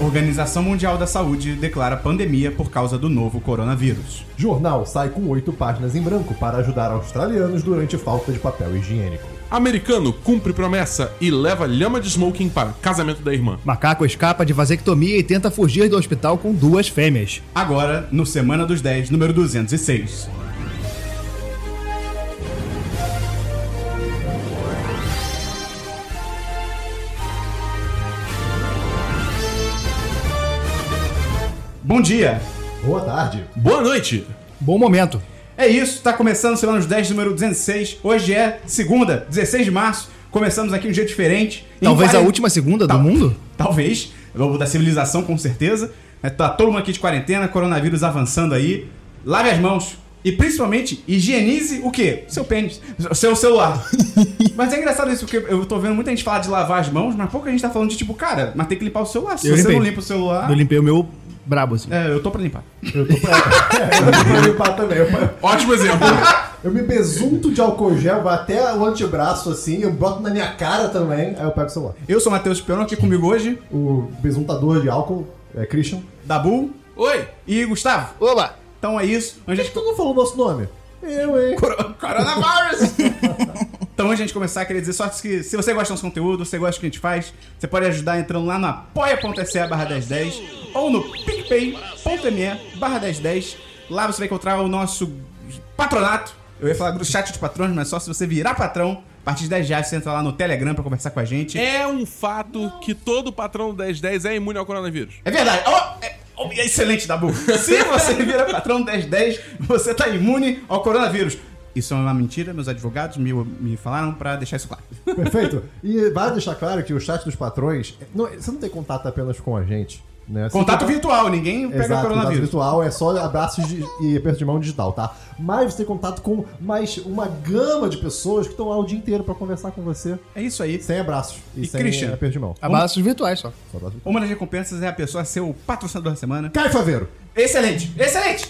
Organização Mundial da Saúde declara pandemia por causa do novo coronavírus. Jornal sai com 8 páginas em branco para ajudar australianos durante falta de papel higiênico. Americano cumpre promessa e leva lhama de smoking para casamento da irmã. Macaco escapa de vasectomia e tenta fugir do hospital com 2 fêmeas. Agora, no Semana dos 10, número 206. Bom dia! Boa tarde. Boa noite! Bom momento. É isso, tá começando o Semana dos 10, número 206. Hoje é segunda, 16 de março. Começamos aqui um dia diferente. Talvez a última segunda do mundo? Talvez. Da civilização, com certeza. Tá todo mundo aqui de quarentena, coronavírus avançando aí. Lave as mãos. E principalmente, higienize o quê? Seu pênis. Seu celular. Mas é engraçado isso, porque eu tô vendo muita gente falar de lavar as mãos, mas pouca gente tá falando de tipo, cara, mas tem que limpar o celular. Se você não limpa o celular... Eu limpei o meu brabo, assim. Eu tô pra limpar. Eu tô pra limpar também. Ótimo exemplo. Eu me besunto de álcool gel, vai até o antebraço assim, eu boto na minha cara também, aí eu pego o celular. Eu sou o Matheus Piano, aqui comigo hoje. O besuntador de álcool é Christian. Dabu. Oi! E Gustavo. Oba! Então é isso. Por que tu não falou o nosso nome? Eu, hein? Coronavirus! Então, antes de a gente começar, queria dizer só que se você gosta do nosso conteúdo, se você gosta do que a gente faz, você pode ajudar entrando lá no apoia.se/1010 ou no picpay.me/1010. Lá você vai encontrar o nosso patronato. Eu ia falar do chat de patrões, mas só se você virar patrão. A partir de R$10 você entra lá no Telegram pra conversar com a gente. É um fato que todo patrão do 1010 é imune ao coronavírus. É verdade. Excelente, Dabu. Se você vira patrão do 1010, você tá imune ao coronavírus. Isso é uma mentira, meus advogados me falaram pra deixar isso claro. Perfeito. E vai deixar claro que o chat dos patrões... você não tem contato apenas com a gente, né? Contato virtual, ninguém pega Exato, coronavírus. Contato virtual é só abraços e aperto de mão digital, tá? Mas você tem contato com mais uma gama de pessoas que estão lá o dia inteiro pra conversar com você. É isso aí. Sem abraços e sem Christian? aperto de mão. Abraços virtuais só. Uma das recompensas é a pessoa ser o patrocinador da semana. Caio Faveiro. Excelente! Excelente!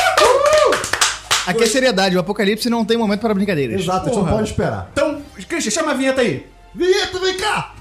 Aqui é seriedade, o apocalipse não tem momento para brincadeiras. Exato, a gente não Porra. pode esperar. Então, Christian, chama a vinheta aí. Vinheta, vem cá!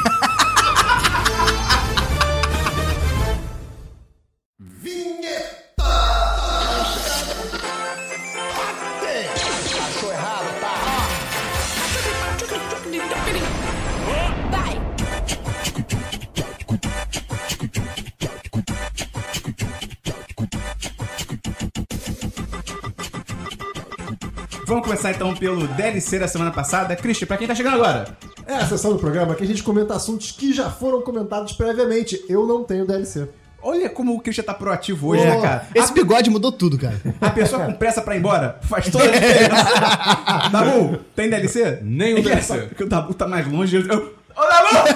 Vamos começar então pelo DLC da semana passada. Christian, pra quem tá chegando agora. É a sessão do programa que a gente comenta assuntos que já foram comentados previamente. Eu não tenho DLC. Olha como o Christian tá proativo hoje, né, cara? Esse bigode mudou tudo, cara. A pessoa com pressa pra ir embora faz toda a diferença. Dabu, tem DLC? Nenhum DLC. Porque o Dabu tá mais longe. Ô, Dabu!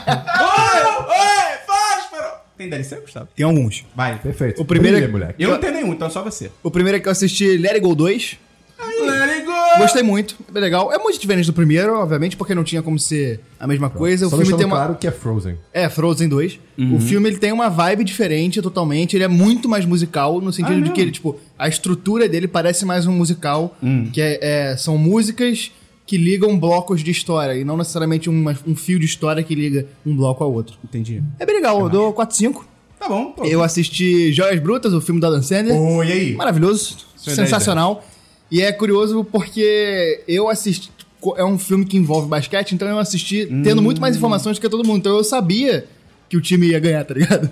Oi! Faz, Tem DLC, Gustavo? Tem alguns. Vai. Perfeito. O primeiro Brilha, é- moleque. Eu não tenho nenhum, então é só você. O primeiro é que eu assisti Let It Go 2. Let it go! Gostei muito, é bem legal. É muito diferente do primeiro, obviamente, porque não tinha como ser a mesma coisa. O Só filme deixando tem uma... claro que é Frozen. É, Frozen 2. O filme ele tem uma vibe diferente totalmente. Ele é muito mais musical, no sentido de que ele, tipo, a estrutura dele parece mais um musical. Que são músicas que ligam blocos de história. E não necessariamente um fio de história que liga um bloco ao outro. Entendi. É bem legal, eu dou 4/5. Tá bom, pô. Eu assisti Joias Brutas, o filme da Dan Sandler. Oi, e aí? Maravilhoso, Isso é sensacional. E é curioso porque eu assisti... É um filme que envolve basquete, então eu assisti tendo muito mais informações do que todo mundo. Então eu sabia que o time ia ganhar, tá ligado?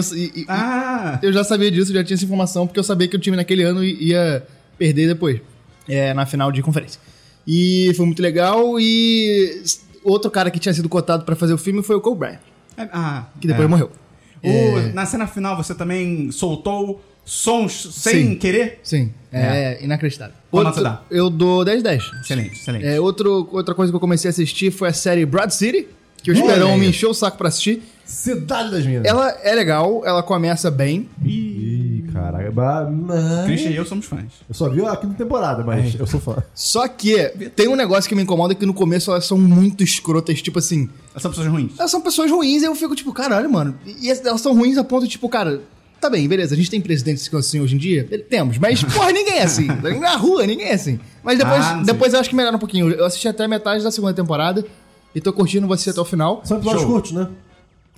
Eu já sabia disso, já tinha essa informação, porque eu sabia que o time naquele ano ia perder depois, na final de conferência. E foi muito legal. E outro cara que tinha sido cotado pra fazer o filme foi o Kobe Bryant, que depois morreu. Na cena final você também soltou sons sem querer? Sim, é inacreditável. Qual nota dá? Eu dou 10/10. Excelente, excelente. Outra coisa que eu comecei a assistir foi a série Broad City, que o Esperão me encheu o saco pra assistir. Cidade das Minas. Ela é legal, ela começa bem. Ih, caralho. Christian e eu somos fãs. Eu só vi a quinta temporada, mas eu sou fã. Só que tem um negócio que me incomoda, que no começo elas são muito escrotas, tipo assim... Elas são pessoas ruins. Elas são pessoas ruins e eu fico tipo, caralho, mano. E elas são ruins a ponto de, tipo, cara... Tá bem, beleza, a gente tem presidentes assim hoje em dia? Temos, mas, porra, ninguém é assim. Na rua, ninguém é assim. Mas depois eu acho que melhora um pouquinho. Eu assisti até metade da segunda temporada e tô curtindo você até o final. São episódios curtos, né?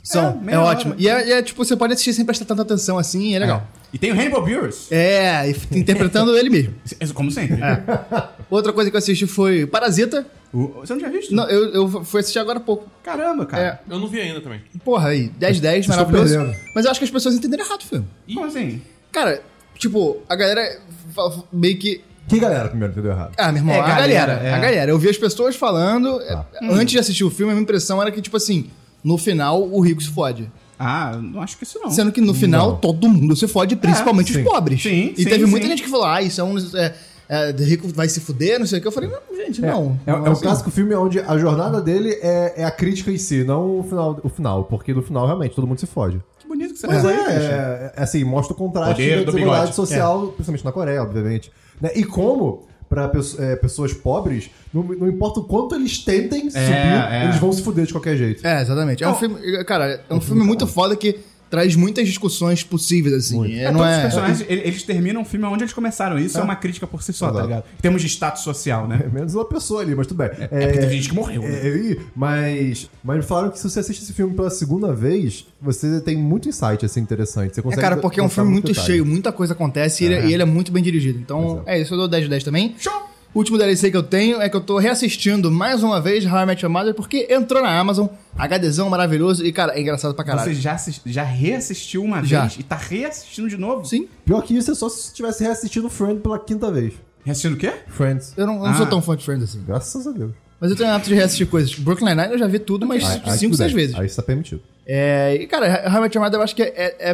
São, meia é hora. ótimo. E é tipo, você pode assistir sem prestar tanta atenção assim, é legal. E tem o Hannibal Buress. Interpretando ele mesmo. Como sempre. Outra coisa que eu assisti foi Parasita. Você não tinha visto? Não, eu fui assistir agora há pouco. Caramba, cara. Eu não vi ainda também. Porra, aí, 10-10, Vocês maravilhoso. estão perdendo. Mas eu acho que as pessoas entenderam errado o filme. Como assim? Cara, tipo, a galera meio que... Que galera primeiro entendeu errado? Ah, meu irmão, É, a galera. é. A galera. Eu vi as pessoas falando... Antes de assistir o filme, a minha impressão era que, tipo assim, no final, o rico se fode. Ah, eu não acho que isso não. Sendo que no final, todo mundo se fode, principalmente os sim. pobres. Sim, e sim, teve muita sim. gente que falou, isso é um... rico vai se fuder, não sei o que. Eu falei, não, gente, não. É um clássico filme onde a jornada dele é a crítica em si, não o final. Porque no final, realmente, todo mundo se fode. Que bonito que você Mas falou aí, Christian. assim, mostra o contraste Poder da do desigualdade bigode. social, principalmente na Coreia, obviamente. Né? E como, para pessoas pobres, não importa o quanto eles tentem subir, eles vão se fuder de qualquer jeito. Exatamente. É um filme, cara, é um filme muito foda que traz muitas discussões possíveis, assim. Não Todos os é... personagens, eles terminam o filme onde eles começaram. Isso é uma crítica por si só, tá Exato. ligado? Em termos de status social, né? Menos uma pessoa ali, mas tudo bem. É porque teve gente que morreu, né? Mas me falaram que se você assiste esse filme pela segunda vez, você tem muito insight, assim, interessante. Você consegue cara, porque é um notar filme muito detalhe. cheio, muita coisa acontece e ele é muito bem dirigido. Então, é isso, eu dou 10 de 10 também. Show! O último DLC que eu tenho é que eu tô reassistindo mais uma vez How I Met Your Mother, porque entrou na Amazon, HDzão maravilhoso e, cara, é engraçado pra caralho. Você já reassistiu uma Já. vez e tá reassistindo de novo? Sim, Pior que isso é só se você tivesse reassistindo Friends pela quinta vez. Reassistindo o quê? Friends. eu não sou tão fã de Friends assim. Graças a Deus. Mas eu tenho o hábito de reassistir coisas. Brooklyn Nine-Nine eu já vi tudo, mas Aí 5, tudo 6 bem. vezes. Aí isso tá permitido. E, cara, How I Met Your Mother eu acho que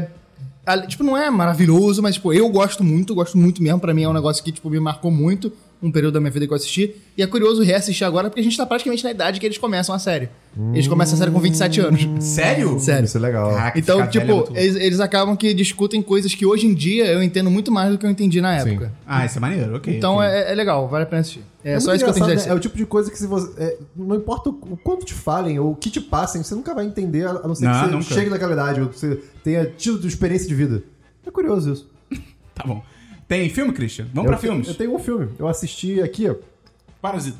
tipo, não é maravilhoso, mas, tipo, eu gosto muito mesmo. Pra mim é um negócio que, tipo, me marcou muito um período da minha vida que eu assisti. E é curioso reassistir agora, porque a gente tá praticamente na idade que eles começam a série. Eles começam a série com 27 anos. Sério? Sério. Isso é legal. Caraca, Então, ficar velho é tipo, muito louco. eles acabam que discutem coisas que hoje em dia eu entendo muito mais do que eu entendi na época. Ah, isso é maneiro, ok. Então ok. é legal, vale a pena assistir. É só muito isso que eu tenho engraçado, que né? dizer. É o tipo de coisa que se você... não importa o quanto te falem ou o que te passem, você nunca vai entender, a não ser Não, que você nunca. chegue naquela idade ou que você tenha tido experiência de vida. É curioso isso. Tá bom. Tem filme, Christian? Vamos pra filmes. Eu tenho um filme. Eu assisti aqui, ó. Parasita.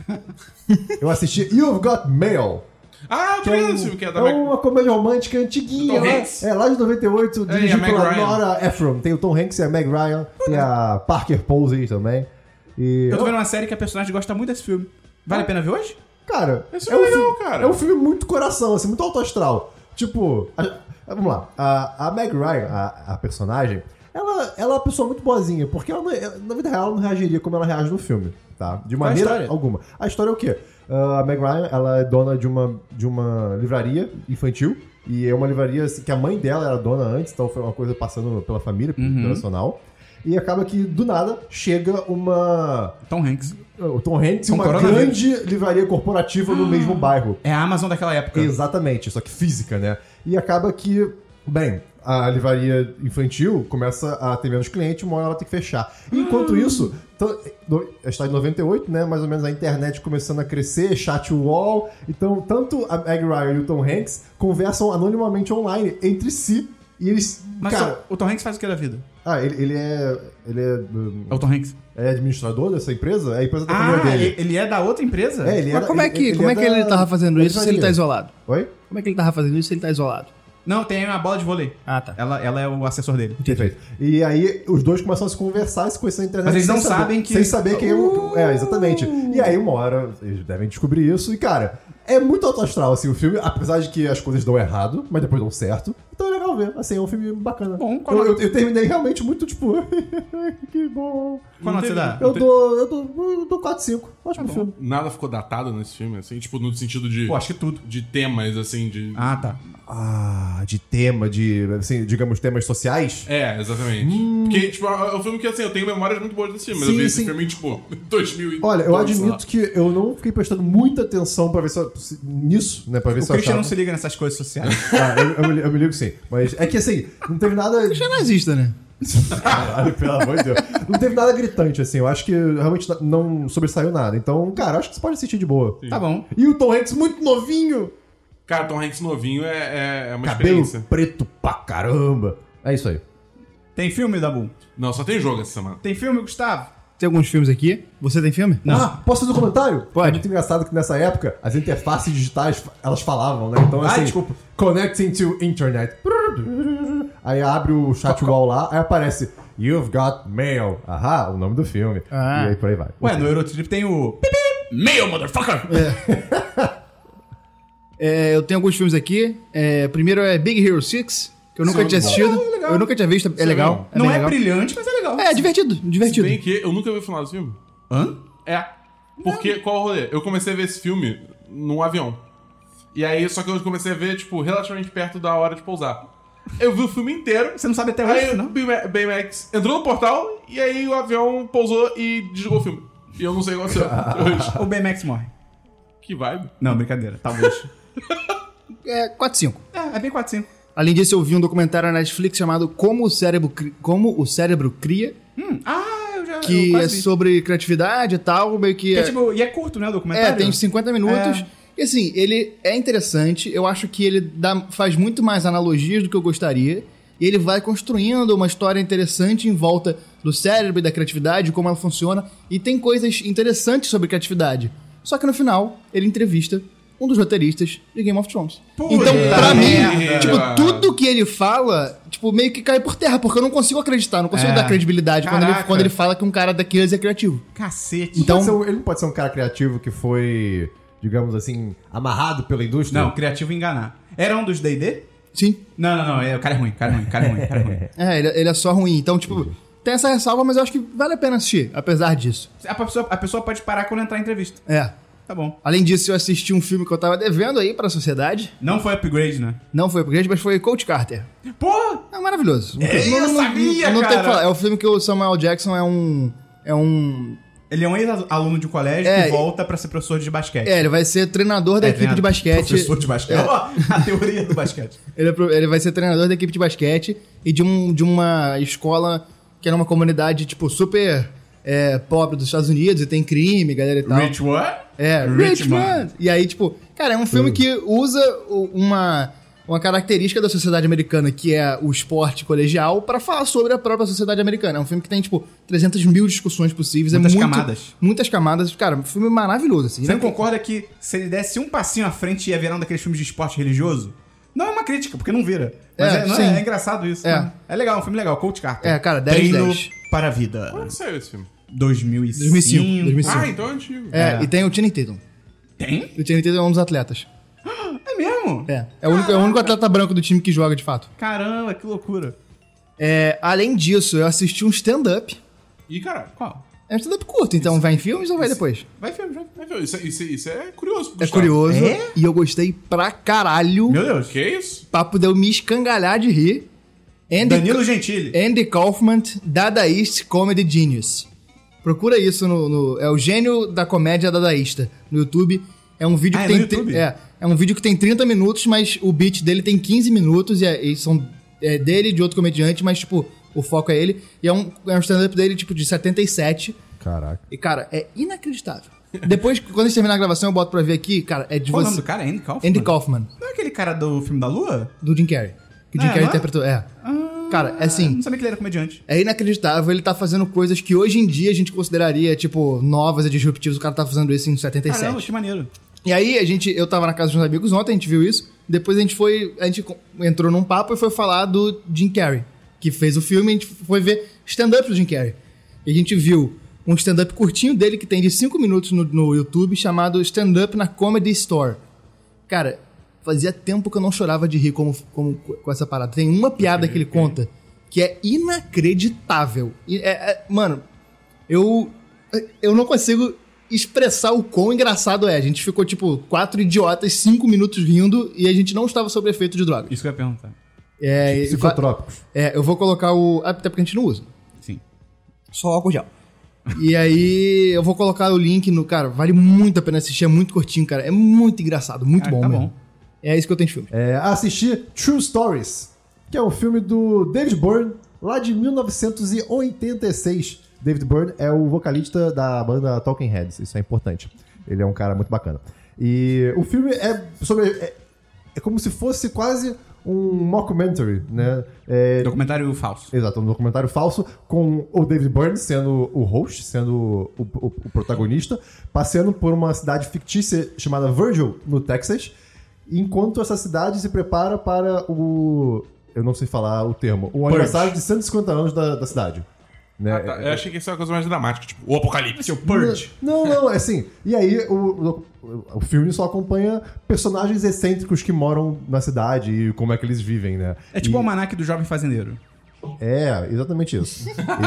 Eu assisti You've Got Mail. Ah, eu tô vendo esse filme que é da É uma comédia romântica antiguinha. Do Tom lá, Hanks? lá de 98, dirigido Meg pela Ryan. Nora Ephron. Tem o Tom Hanks e a Meg Ryan. Tem a Parker Posey também. E Eu tô vendo uma série que a personagem gosta muito desse filme. Vale a pena ver hoje? Cara, Esse filme é legal, cara. É um filme muito coração, assim, muito alto astral. Tipo, vamos lá. A Meg Ryan, a personagem, ela é uma pessoa muito boazinha, porque ela na vida real ela não reagiria como ela reage no filme, tá? De Qual a maneira história? alguma. A história é o quê? A Meg Ryan, ela é dona de uma livraria infantil, e é uma livraria assim, que a mãe dela era dona antes, então foi uma coisa passando pela família, geracional. E acaba que, do nada, chega Tom Hanks. o Tom Hanks e Com uma coronavírus. grande livraria corporativa no mesmo bairro. É a Amazon daquela época. Exatamente, só que física, né? E acaba que, bem, a livraria infantil começa a ter menos clientes, uma hora ela tem que fechar. E enquanto isso, está em 98, né? Mais ou menos a internet começando a crescer, chat wall. Então, tanto a Meg Ryan e o Tom Hanks conversam anonimamente online entre si. E eles. Mas cara, o Tom Hanks faz o que da vida? ele é É o Tom Hanks. é administrador dessa empresa? É a empresa da família dele. Ele é da outra empresa? Ele Mas como é que ele tava fazendo isso se ele tá isolado? Oi? Como é que ele tava fazendo isso se ele tá isolado? Não, tem uma bola de vôlei. Ah, tá. Ela é o assessor dele. Perfeito. E aí, os dois começam a se conversar, se conhecer na internet. Mas eles sem não saber- sabem que- Sem saber quem é o... exatamente. E aí, uma hora, eles devem descobrir isso. E, cara, é muito alto astral, assim, o filme. Apesar de que as coisas dão errado, mas depois dão certo. Então é legal ver. Assim, é um filme bacana. Bom, eu terminei realmente muito, tipo... que bom. Qual nota você dá? Eu dou 4-5. Ótimo filme. Nada ficou datado nesse filme, assim, tipo, no sentido de. Pô, acho que tudo. De temas, assim, de. Ah, tá. De tema, assim, digamos, temas sociais. É, exatamente. Porque, tipo, é um filme que, assim, eu tenho memórias muito boas desse filme, mas Sim, eu vi esse sim. filme em, tipo, 2000 Olha, eu admito que eu não fiquei prestando muita atenção pra ver nisso, né? Pra ver O se eu Christian achava... não se liga nessas coisas sociais. eu me ligo sim. Mas é que assim, não teve nada. Já nazista, né? Caralho, pelo amor de Deus. Não teve nada gritante, assim. Eu acho que realmente não sobressaiu nada. Então, cara, acho que você pode assistir de boa. Tá bom. E o Tom Hanks muito novinho. Cara, Tom Hanks novinho é uma Cabelo experiência. preto pra caramba. É isso aí. Tem filme, Dabu? Não, só tem jogo essa semana. Tem filme, Gustavo? Tem alguns filmes aqui. Você tem filme? Não. Ah, posso fazer um comentário? Pode. É muito engraçado que nessa época as interfaces digitais, elas falavam, né? Então assim, desculpa. connecting to internet. Aí abre o chat wall lá, aí aparece You've got mail. Ahá, o nome do filme. Ah. E aí por aí vai. Ué, no Eurotrip tem o... Mail, motherfucker! Eu tenho alguns filmes aqui. Primeiro é Big Hero 6, que eu nunca tinha assistido. É legal. Eu nunca tinha visto. É legal. Não bem é legal. brilhante, mas é legal. É divertido. Se Divertido. bem que eu nunca vi o final desse filme. Hã? É. Porque, qual é o rolê? Eu comecei a ver esse filme num avião. E aí, só que eu comecei a ver, tipo, relativamente perto da hora de pousar. Eu vi o filme inteiro. Você não sabe até hoje, Aí não? o Baymax entrou no portal e aí o avião pousou e desligou o filme. E eu não sei o que aconteceu. O Baymax morre. Que vibe. Não, brincadeira. Talvez. 4-5. É bem 4-5. Além disso, eu vi um documentário na Netflix chamado Como o Cérebro Cria, Eu já... que eu é quase vi. sobre criatividade e tal, meio que... E é curto, né, o documentário? tem 50 minutos. É. E assim, ele é interessante. Eu acho que ele faz muito mais analogias do que eu gostaria. E ele vai construindo uma história interessante em volta do cérebro e da criatividade, como ela funciona. E tem coisas interessantes sobre criatividade. Só que no final, ele entrevista um dos roteiristas de Game of Thrones. Puta Então, pra merda. mim, tipo, tudo que ele fala, tipo, meio que cai por terra, porque eu não consigo acreditar, não consigo dar credibilidade Caraca. quando ele fala que um cara daqueles é criativo. Cacete. Então- Ele não pode ser um cara criativo que foi, digamos assim, amarrado pela indústria? Não, criativo enganar. Era um dos D&D? Sim. Não. O cara é ruim, cara é ruim. Ele é só ruim. Então, tipo, tem essa ressalva, mas eu acho que vale a pena assistir, apesar disso. A pessoa pode parar quando entrar em entrevista. É. Tá bom. Além disso, eu assisti um filme que eu tava devendo aí pra sociedade. Não foi upgrade, né? Não foi upgrade, mas foi Coach Carter. Porra! É maravilhoso. Eu sabia, não tem o que cara. falar. É o filme que o Samuel Jackson é um... Ele é um ex-aluno de colégio É. que volta pra ser professor de basquete. ele vai ser treinador da equipe de basquete. Professor de basquete. Ó, a teoria do basquete. Ele vai ser treinador da equipe de basquete e de uma escola que era uma comunidade, tipo, super pobre dos Estados Unidos e tem crime, galera e tal. Rich what? Richmond. E aí, tipo, cara, é um filme que usa uma característica da sociedade americana, que é o esporte colegial, pra falar sobre a própria sociedade americana. É um filme que tem, tipo, 300 mil discussões possíveis. Muitas muito, camadas. Muitas camadas. Cara, um filme maravilhoso, assim. Você não concorda que se ele desse um passinho à frente ia virar um daqueles filmes de esporte religioso? Não é uma crítica, porque não vira. Mas sim. é engraçado isso. É. Né? É legal, um filme legal. Coach Carter. Cara, 10 Treino 10. para a vida. Quando saiu esse filme? 2005. 2005. Ah, então é antigo. E tem o Channing Tatum. Tem? O Channing Tatum é um dos atletas. É mesmo? É o único atleta branco do time que joga, de fato. Caramba, que loucura. Além disso, eu assisti um stand-up. Ih, caralho. Qual? É um stand-up curto, então vai em filmes ou vai depois? Vai filme, já. Mas, viu, isso é curioso. É curioso. É? E eu gostei pra caralho. Meu Deus. Que isso? Papo de eu me escangalhar de rir. Danilo Gentili. Andy Kaufman, Dadaist Comedy Genius. Procura isso é o gênio da comédia dadaísta no YouTube. É um vídeo Ah, que é tem no YouTube? é um vídeo que tem 30 minutos, mas o beat dele tem 15 minutos e são dele e de outro comediante, mas tipo, o foco é ele. E é um stand-up dele tipo de 77. Caraca. E cara, é inacreditável. Depois, quando a gente terminar a gravação, eu boto pra ver aqui, cara, é de Qual o você. nome do cara? Andy Kaufman? Andy Kaufman, Não é aquele cara do filme da Lua? do Jim Carrey. Que o Jim É, Carrey não é? interpretou. Cara, é assim. Não sabia que ele era comediante. É inacreditável, ele tá fazendo coisas que hoje em dia a gente consideraria, tipo, novas e disruptivas. O cara tá fazendo isso em 77. Caramba, que maneiro. E aí, eu tava na casa dos meus amigos ontem, a gente viu isso. Depois a gente entrou num papo e foi falar do Jim Carrey, que fez o filme, e a gente foi ver stand-up do Jim Carrey. E a gente viu um stand-up curtinho dele, que tem de 5 minutos no YouTube, chamado Stand-Up na Comedy Store. Cara, fazia tempo que eu não chorava de rir com essa parada. Tem uma piada que ele conta que é inacreditável. Mano, eu não consigo expressar o quão engraçado é. A gente ficou, tipo, 4 idiotas, 5 minutos rindo e a gente não estava sob efeito de drogas. Isso que eu ia perguntar. Psicotrópicos. Eu vou colocar até porque a gente não usa. Sim. Só álcool gel. E aí, eu vou colocar o link no... Cara, vale muito a pena assistir, é muito curtinho, cara. É muito engraçado, muito bom tá mesmo. bom. É isso que eu tenho de filme. Assisti True Stories, que é um filme do David Byrne, lá de 1986. David Byrne é o vocalista da banda Talking Heads, isso é importante. Ele é um cara muito bacana. E o filme é sobre... É como se fosse quase um mockumentary, né? Documentário falso. Exato, um documentário falso com o David Byrne sendo o host, sendo o protagonista, passeando por uma cidade fictícia chamada Virgil, no Texas, enquanto essa cidade se prepara para o... Eu não sei falar o termo. O aniversário de 150 anos da cidade. Né? Ah, tá. Eu achei que isso é uma coisa mais dramática, tipo, o apocalipse. O Purge. Não, é assim. E aí o filme só acompanha personagens excêntricos que moram na cidade e como é que eles vivem, né? É tipo o almanaque do jovem fazendeiro. É, exatamente isso.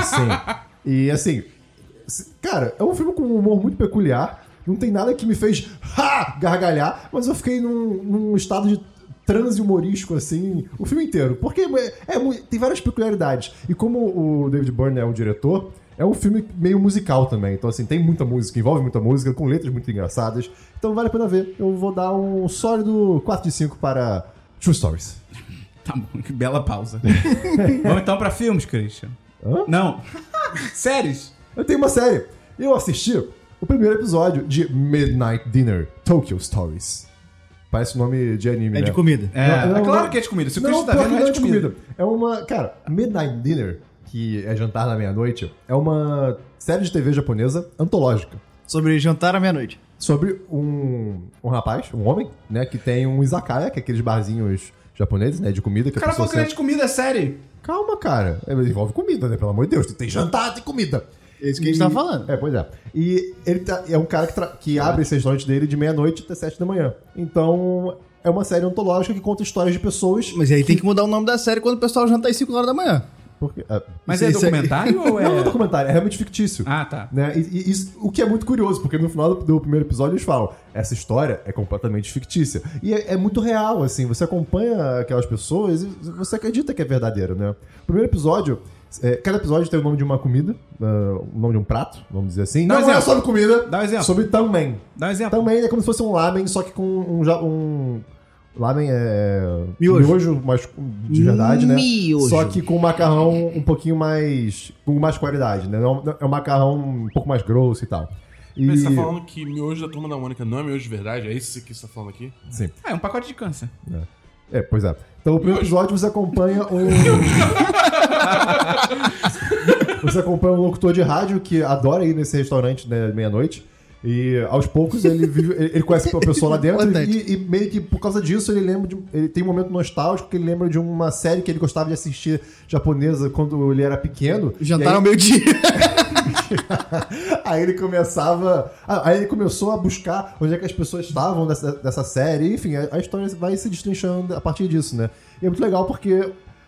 E assim, cara, é um filme com um humor muito peculiar. Não tem nada que me fez gargalhar, mas eu fiquei num estado de transe humorístico, assim, o filme inteiro. Porque tem várias peculiaridades. E como o David Byrne é o diretor, é um filme meio musical também. Então, assim, tem muita música, envolve muita música, com letras muito engraçadas. Então, vale a pena ver. Eu vou dar um sólido 4 de 5 para True Stories. Tá bom, que bela pausa. Vamos então pra filmes, Christian. Hã? Não. Séries. Eu tenho uma série. Eu assisti o primeiro episódio de Midnight Dinner, Tokyo Stories. Parece o nome de anime, né? É de comida. É claro que é de comida. Se o Christian tá pior vendo, que é de comida. É uma... Cara, Midnight Dinner, que é jantar na meia-noite, é uma série de TV japonesa antológica. Sobre jantar à meia-noite. Sobre um rapaz, um homem, né, que tem um izakaya, que é aqueles barzinhos japoneses, né, de comida. Que O cara falou que não é de comida, é série. Calma, cara. Envolve comida, né, pelo amor de Deus. Tem jantar, tem comida. É isso que a gente tava falando. Pois é. E ele é um cara que abre esse restaurante dele de meia-noite até 7 da manhã. Então, é uma série antológica que conta histórias de pessoas... Mas aí tem que mudar o nome da série quando o pessoal janta às 5 horas da manhã. Porque, Mas é documentário ou é... Não é documentário, é realmente fictício. Ah, tá. Né? E isso, o que é muito curioso, porque no final do primeiro episódio eles falam, essa história é completamente fictícia. E é muito real, assim, você acompanha aquelas pessoas e você acredita que é verdadeiro, né? O primeiro episódio... cada episódio tem o nome de uma comida, o nome de um prato, vamos dizer assim. Dá um Não é exemplo. sobre comida, Dá um exemplo. sobre tamen. Dá um exemplo. Tamen é como se fosse um lamen, só que com um lamen é... Miojo. mas de verdade, né? Miojo. Só que com macarrão um pouquinho mais... com mais qualidade, né? É um macarrão um pouco mais grosso e tal. E... Mas você tá falando que miojo da Turma da Mônica não é miojo de verdade? É isso que você tá falando aqui? Sim. É um pacote de câncer. Pois é. Então, o primeiro episódio você acompanha você acompanha um locutor de rádio que adora ir nesse restaurante, né, meia-noite. E aos poucos ele conhece uma pessoa lá dentro e meio que por causa disso ele tem um momento nostálgico que ele lembra de uma série que ele gostava de assistir japonesa quando ele era pequeno. Jantar ao meio-dia. Aí ele começou a buscar onde é que as pessoas estavam dessa série. Enfim, a história vai se destrinchando a partir disso, né? E é muito legal porque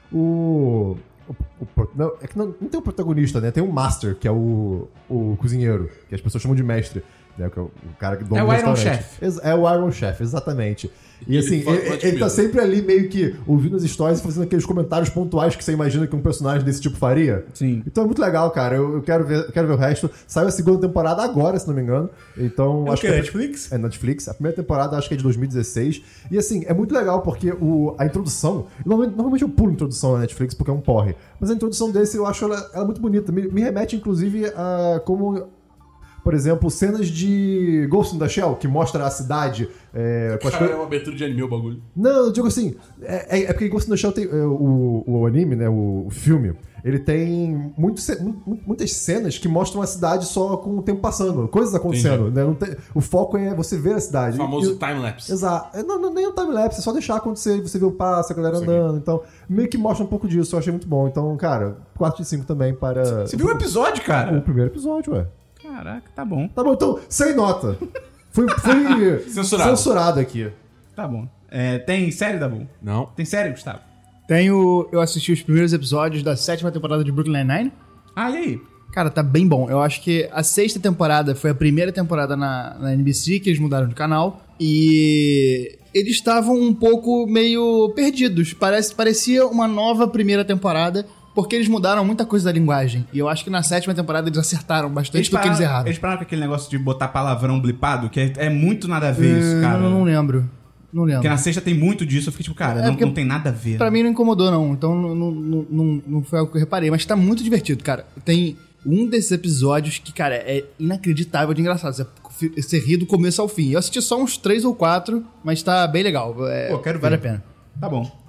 é que não tem um protagonista, né? Tem um master, que é o cozinheiro, que as pessoas chamam de mestre. Né? Que é o cara que dona É o do Iron restaurante. Chef. É o Iron Chef, exatamente. E assim, fala de ele comida. tá sempre ali meio que ouvindo as histórias e fazendo aqueles comentários pontuais que você imagina que um personagem desse tipo faria. Sim. Então é muito legal, cara. Eu quero ver o resto. Saiu a segunda temporada agora, se não me engano. Então, acho que é Netflix? É Netflix. A primeira temporada acho que é de 2016. E assim, é muito legal porque a introdução... Normalmente eu pulo a introdução na Netflix porque é um porre. Mas a introdução desse eu acho ela muito bonita. Me remete, inclusive, a como... Por exemplo, cenas de Ghost in the Shell, que mostra a cidade com as Cara, é uma abertura de anime o bagulho. Não, eu digo assim, é porque Ghost in the Shell tem o anime, né, o filme, ele tem muitas cenas que mostram a cidade só com o tempo passando, coisas acontecendo, né? O foco é você ver a cidade. O famoso time-lapse. Exato. Não, nem o time-lapse, é só deixar acontecer, você vê o passo, a galera andando, então meio que mostra um pouco disso, eu achei muito bom. Então, cara, 4 de 5 também para... Você viu o episódio, O cara? primeiro episódio, ué. Caraca, tá bom. Tá bom, então, sem nota. Fui censurado aqui. Tá bom. Tem série, Dabu? Não. Tem série, Gustavo? Eu assisti os primeiros episódios da 7ª temporada de Brooklyn Nine-Nine. Ah, e aí? Cara, tá bem bom. Eu acho que a 6ª temporada foi a primeira temporada na NBC, que eles mudaram de canal. E eles estavam um pouco meio perdidos. Parecia uma nova primeira temporada, porque eles mudaram muita coisa da linguagem. E eu acho que na 7ª temporada eles acertaram bastante do que eles erraram. Eles pararam com aquele negócio de botar palavrão blipado, que é muito nada a ver isso, cara. Não lembro. Não lembro. Porque na sexta tem muito disso, eu fiquei tipo, cara, não tem nada a ver. Pra mim não incomodou, não. Então não foi algo que eu reparei. Mas tá muito divertido, cara. Tem um desses episódios que, cara, é inacreditável de engraçado. Você ri do começo ao fim. Eu assisti só uns 3 ou 4, mas tá bem legal. Pô, quero ver. Vale a pena. Tá bom.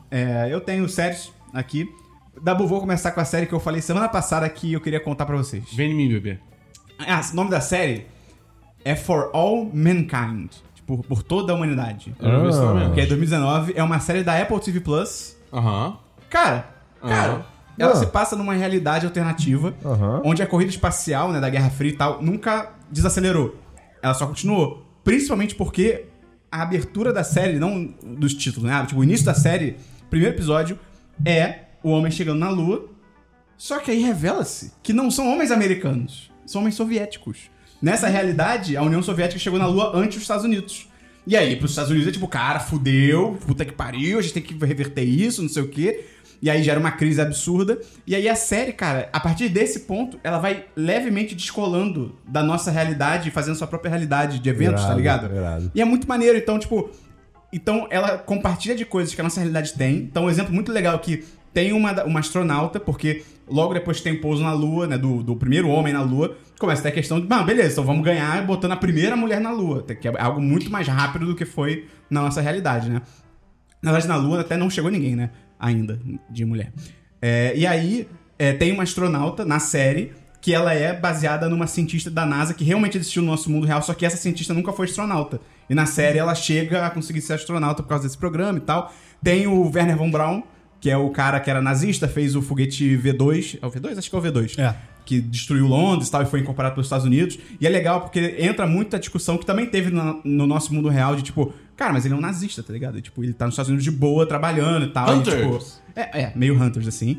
eu tenho séries aqui. Dabu, vou começar com a série que eu falei semana passada que eu queria contar pra vocês. Vem em mim, bebê. O nome da série é For All Mankind. Tipo, por toda a humanidade. Eu não vi isso também. Que é 2019. É uma série da Apple TV Plus. Aham. Cara, ela se passa numa realidade alternativa, onde a corrida espacial, né, da Guerra Fria e tal, nunca desacelerou. Ela só continuou. Principalmente porque a abertura da série, não dos títulos, né? Tipo, o início da série, primeiro episódio, é o homem chegando na Lua. Só que aí revela-se que não são homens americanos, são homens soviéticos. Nessa realidade, a União Soviética chegou na Lua antes dos Estados Unidos. E aí, pros Estados Unidos é tipo, cara, fudeu, puta que pariu, a gente tem que reverter isso, não sei o quê. E aí gera uma crise absurda. E aí a série, cara, a partir desse ponto, ela vai levemente descolando da nossa realidade e fazendo sua própria realidade de eventos, tá ligado? Irado. E é muito maneiro, então, tipo... Então, ela compartilha de coisas que a nossa realidade tem. Então, um exemplo muito legal é que tem uma astronauta, porque logo depois tem o pouso na Lua, né, do primeiro homem na Lua, começa a ter a questão de, beleza, então vamos ganhar botando a primeira mulher na Lua, que é algo muito mais rápido do que foi na nossa realidade, né? Na verdade, na Lua até não chegou ninguém, né? Ainda, de mulher. E aí, tem uma astronauta na série que ela é baseada numa cientista da NASA que realmente existiu no nosso mundo real, só que essa cientista nunca foi astronauta. E na série ela chega a conseguir ser astronauta por causa desse programa e tal. Tem o Wernher von Braun, que é o cara que era nazista, fez o foguete V2. É o V2? Acho que é o V2. Que destruiu Londres e tal, e foi incorporado pelos Estados Unidos. E é legal porque entra muita discussão que também teve no nosso mundo real de tipo, cara, mas ele é um nazista, tá ligado? E, tipo, ele tá nos Estados Unidos de boa, trabalhando e tal. Hunters. E, tipo, meio Hunters, assim.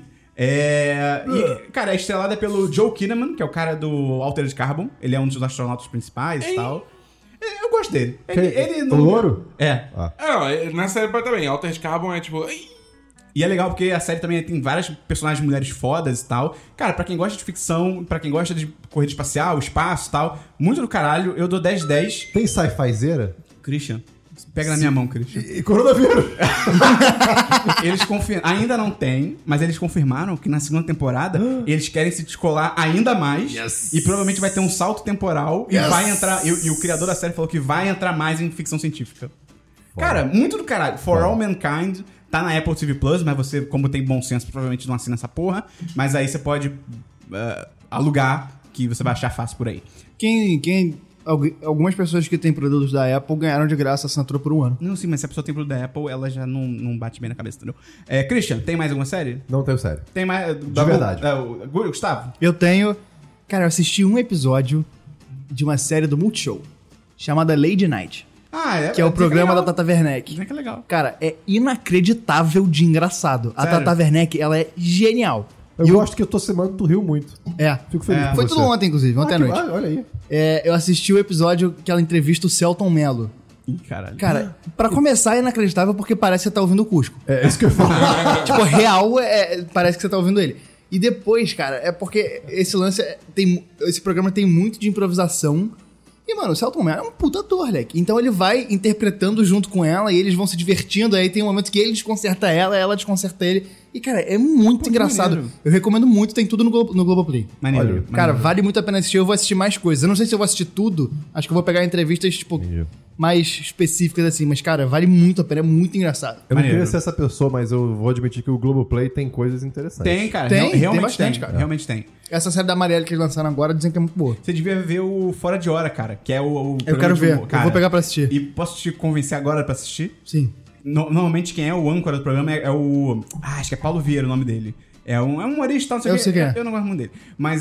E, cara, é estrelada pelo Joe Kinnaman, que é o cara do Altered Carbon. Ele é um dos astronautas principais e tal. Eu gosto dele. Ele O louro? Não, na série também. Altered Carbon é tipo... E é legal porque a série também tem várias personagens mulheres fodas e tal. Cara, pra quem gosta de ficção, pra quem gosta de corrida espacial, espaço e tal, muito do caralho, eu dou 10/10. Tem sci-fizeira? Christian, pega na minha mão, Christian. E coronavírus? Eles ainda não tem, mas eles confirmaram que na segunda temporada eles querem se descolar ainda mais. Yes. E provavelmente vai ter um salto temporal e vai entrar. E o criador da série falou que vai entrar mais em ficção científica. Cara, muito do caralho. For All Mankind tá na Apple TV Plus, mas você, como tem bom senso, provavelmente não assina essa porra. Mas aí você pode alugar, que você vai achar fácil por aí. Algumas pessoas que têm produtos da Apple ganharam de graça a assinatura por um ano. Não, sim, mas se a pessoa tem produto da Apple, ela já não bate bem na cabeça, entendeu? Christian, tem mais alguma série? Não tenho série. Tem mais... De verdade. Gustavo? Eu tenho... Cara, eu assisti um episódio de uma série do Multishow chamada Lady Night. Que é o programa da Tata Werneck. Que é legal. Cara, é inacreditável de engraçado. A Sério? Tata Werneck, ela é genial. Eu gosto que eu tô semana tu riu muito. Fico feliz por Foi você. tudo ontem, inclusive, ontem à noite. Olha aí. Eu assisti o episódio que ela entrevista o Celton Mello. Ih, caralho. Cara, pra começar é inacreditável porque parece que você tá ouvindo o Cusco. É isso que eu falo. Tipo, real, parece que você tá ouvindo ele. E depois, cara, é porque esse programa tem muito de improvisação. E, mano, o Celton Mello é um puta ator, moleque. Então ele vai interpretando junto com ela e eles vão se divertindo. Aí tem um momento que ele desconcerta ela desconcerta ele. E, cara, é muito engraçado. maneiro. Eu recomendo muito, tem tudo no Globoplay. Maneiro. Olha, Cara, vale muito a pena assistir. Eu vou assistir mais coisas. Eu não sei se eu vou assistir tudo. Acho que eu vou pegar entrevistas, tipo, mais específicas assim. Mas, cara, vale muito a pena. É muito engraçado. Eu não Maneiro. queria ser essa pessoa, mas eu vou admitir que o Globoplay tem coisas interessantes. Tem, cara. Tem realmente bastante, tem, cara. Realmente tem. Essa série da Marielle que eles lançaram agora dizem que é muito boa. Você devia ver o Fora de Hora, cara, que é o Eu quero ver. Eu vou pegar pra assistir. E posso te convencer agora pra assistir? Sim. Normalmente quem é o âncora do programa é o... acho que é Paulo Vieira o nome dele. É um humorista, não sei o Eu sei quem é. Eu não gosto muito dele. Mas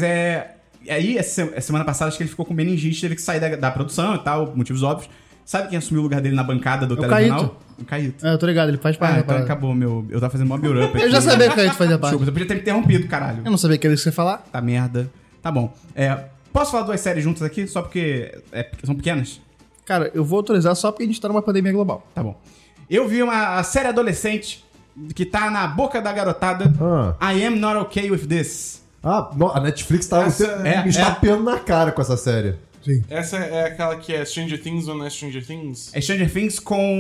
aí, semana passada, acho que ele ficou com meningite, teve que sair da produção e tal, motivos óbvios. Sabe quem assumiu o lugar dele na bancada do telejornal? O Caíto. Eu tô ligado, ele faz parte da Então parada. acabou eu tava fazendo mó build-up. Eu já sabia que o Caíto fazia parte. Desculpa, você podia ter me interrompido, caralho. Eu não sabia que era isso que você ia falar. Tá merda. Tá bom. Posso falar duas séries juntas aqui? Só porque são pequenas? Cara, eu vou autorizar só porque a gente tá numa pandemia global. Tá bom. Eu vi uma série adolescente que tá na boca da garotada. I Am Not Okay With This. A Netflix tá me estapeando na cara com essa série. Sim. Essa é aquela que é Stranger Things ou não é Stranger Things? É Stranger Things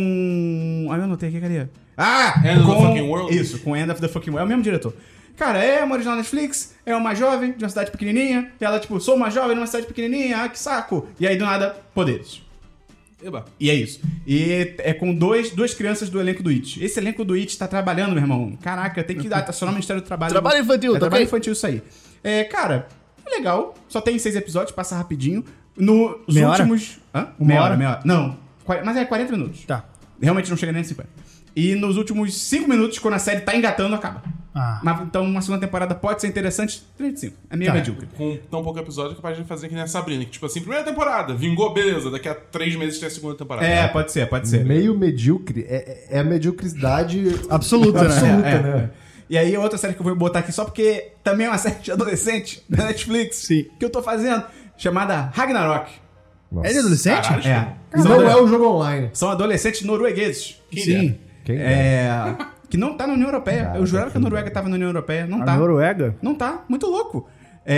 com... eu anotei aqui, cadê? End of the Fucking World? Isso, com End of the Fucking World. É o mesmo diretor. Cara, é uma original Netflix, é uma jovem de uma cidade pequenininha, e ela, tipo, sou uma jovem numa cidade pequenininha, que saco. E aí, do nada, poderes. Eba. E é isso. E é com duas crianças do elenco do It. Esse elenco do It tá trabalhando, meu irmão. Caraca, tem que dar, tá só no Ministério do Trabalho. Trabalho infantil, tá trabalho ok? infantil isso aí. Cara, é legal. Só tem 6 episódios, passa rapidinho. Nos Meia hora? últimos... Hã? Uma hora? Meia hora. Não, mas é 40 minutos. Tá. Realmente não chega nem a 50. E nos últimos 5 minutos, quando a série tá engatando, acaba. Ah. Mas, então, uma segunda temporada pode ser interessante. 35. É meio Tá. medíocre. Com tão pouco episódio que capaz de fazer que nem a Sabrina. Que tipo assim, primeira temporada, vingou, beleza. Daqui a 3 meses tem a segunda temporada. Pode ser. Meio medíocre. É a mediocridade Absoluta, né? absoluta, né? E aí, outra série que eu vou botar aqui só porque também é uma série de adolescente da Netflix. Sim. Que eu tô fazendo, chamada Ragnarok. Nossa. É de adolescente? Caralho. E não é um jogo online. São adolescentes noruegueses. Sim. Quem é? Que não tá na União Europeia. Cara, eu jurava que a Noruega tava na União Europeia. Não A tá. Noruega? Não tá. Muito louco.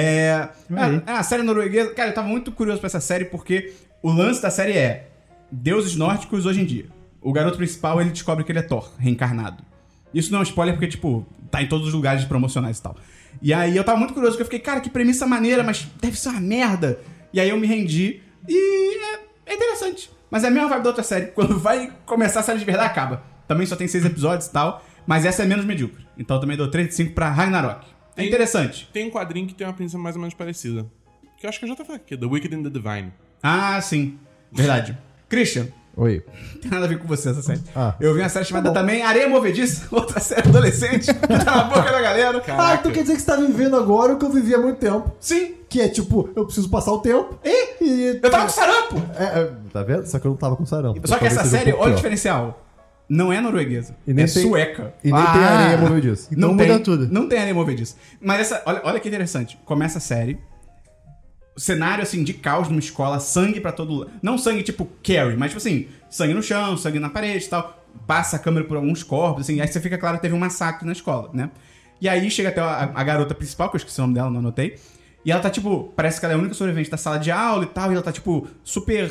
A série norueguesa... Cara, eu tava muito curioso pra essa série porque o lance da série é deuses nórdicos hoje em dia. O garoto principal, ele descobre que ele é Thor, reencarnado. Isso não é um spoiler porque, tipo, tá em todos os lugares promocionais e tal. E aí eu tava muito curioso porque eu fiquei, cara, que premissa maneira, mas deve ser uma merda. E aí eu me rendi e é interessante. Mas é a mesma vibe da outra série. Quando vai começar a série de verdade, acaba. Também só tem 6 episódios e tal, mas essa é menos medíocre. Então eu também dou 3 de 5 pra Ragnarok. É interessante. Tem um quadrinho que tem uma premissa mais ou menos parecida. Que eu acho que eu já tô falando aqui, The Wicked and the Divine. Ah, sim. Verdade. Christian, Oi. não tem nada a ver com você essa série. Ah. Eu vi uma série chamada também Areia Movediça, outra série adolescente, que tá na boca da galera. Ah, então quer dizer que você tá vivendo agora o que eu vivi há muito tempo. Sim. Que é tipo, eu preciso passar o tempo. E Eu tava com sarampo. tá vendo? Só que eu não tava com sarampo. Só que Talvez essa seja um série, pouco olha o pior. diferencial. Não é norueguesa. E nem é tem- sueca. E nem tem areia movediça. Então muda tudo. Não tem areia movediça. Mas essa, olha que interessante. Começa a série. Cenário, assim, de caos numa escola. Sangue pra todo lado. Não sangue tipo Carrie, mas tipo assim, sangue no chão, sangue na parede e tal. Passa a câmera por alguns corpos, assim. Aí você fica claro que teve um massacre na escola, né? E aí chega até a garota principal, que eu esqueci o nome dela, não anotei. E ela tá, tipo, parece que ela é a única sobrevivente da sala de aula e tal. E ela tá, tipo, super...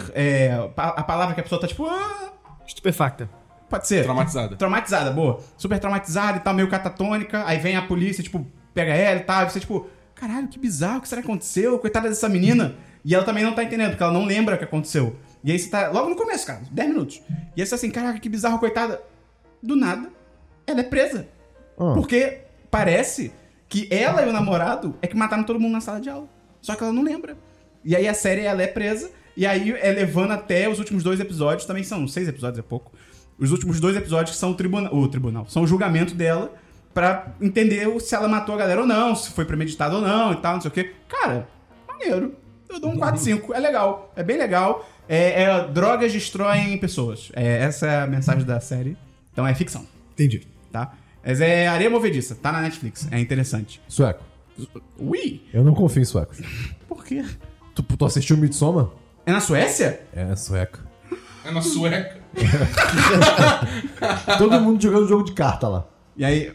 a palavra que a pessoa tá, tipo... Estupefacta. Pode ser. Traumatizada. Traumatizada, boa. Super traumatizada e tal, meio catatônica. Aí vem a polícia, tipo, pega ela e tal. E você, tipo, caralho, que bizarro, o que será que aconteceu? Coitada dessa menina. E ela também não tá entendendo, porque ela não lembra o que aconteceu. E aí você tá, logo no começo, cara, 10 minutos. E aí você tá assim, caraca, que bizarro, coitada. Do nada, ela é presa. Ah. Porque parece que ela e o namorado é que mataram todo mundo na sala de aula. Só que ela não lembra. E aí a série, ela é presa. E aí é levando até os últimos 2 episódios. Também são 6 episódios, é pouco. Os últimos 2 episódios que são o tribunal. São o julgamento dela pra entender se ela matou a galera ou não, se foi premeditado ou não e tal, não sei o quê. Cara, maneiro. Eu dou um 4/5. É legal. É bem legal. Drogas destroem pessoas. Essa é a mensagem da série. Então é ficção, Entendi. tá? Mas é Areia Movediça. Tá na Netflix. É interessante. Sueco. Ui! Eu não confio em suecos. Por quê? Tu assistiu Midsommar? É na Suécia? É sueco. É na sueca. Todo mundo jogando jogo de carta lá. E aí...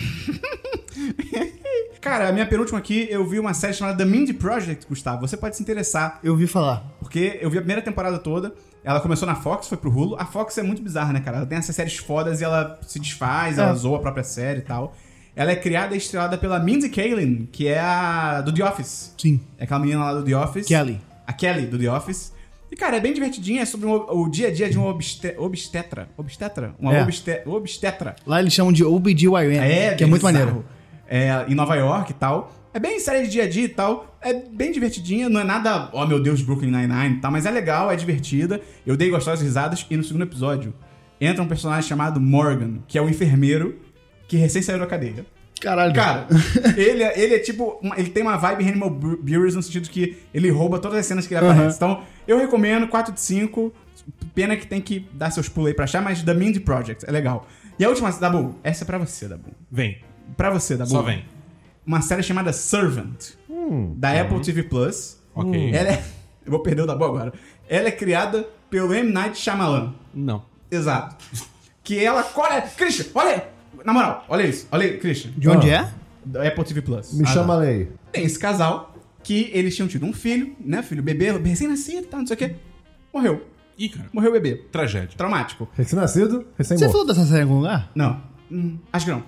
Cara, a minha penúltima aqui, eu vi uma série chamada The Mindy Project, Gustavo. Você pode se interessar, Eu ouvi falar. porque eu vi a primeira temporada toda. Ela começou na Fox, foi pro Hulu. A Fox é muito bizarra, né, cara? Ela tem essas séries fodas e ela se desfaz, ela zoa a própria série e tal. Ela é criada e estrelada pela Mindy Kaling, que é a do The Office. Sim. É aquela menina lá do The Office. Kelly. A Kelly, do The Office. E, cara, é bem divertidinha. É sobre o dia a dia de uma obstetra. Obstetra? Uma É. obstetra. Lá eles chamam de OBGYN, que é muito bizarro. maneiro. Em Nova York e tal. É bem série de dia a dia e tal. É bem divertidinha. Não é nada, oh meu Deus, Brooklyn Nine-Nine e tal. Mas é legal, é divertida. Eu dei gostosas risadas. E no segundo episódio, entra um personagem chamado Morgan, que é o enfermeiro que recém saiu da cadeia. Caralho. Cara, ele é tipo... Ele tem uma vibe Hannibal Buress no sentido que ele rouba todas as cenas que ele aparece. Então, eu recomendo 4 de 5. Pena que tem que dar seus pulos aí pra achar, mas The Mindy Project é legal. E a última, Dabu, essa é pra você, Dabu. Vem. Pra você, Dabu. Só vem. Uma série chamada Servant, da Apple TV Plus. Ok. Ela é... Eu vou perder o Dabu agora. Ela é criada pelo M. Night Shyamalan. Não. Exato. Que ela... Christian, olha aí. Na moral, olha isso. Olha aí, Christian. De onde é? Da Apple TV Plus. Me chama tá. Lei. Tem esse casal que eles tinham tido um filho, né? Filho bebê, recém-nascido e tal, não sei o quê. Morreu. Ih, cara. Morreu o bebê. Tragédia. Traumático. Recém-nascido, Você recém-morto. falou dessa série em algum lugar? Não. Acho que não. E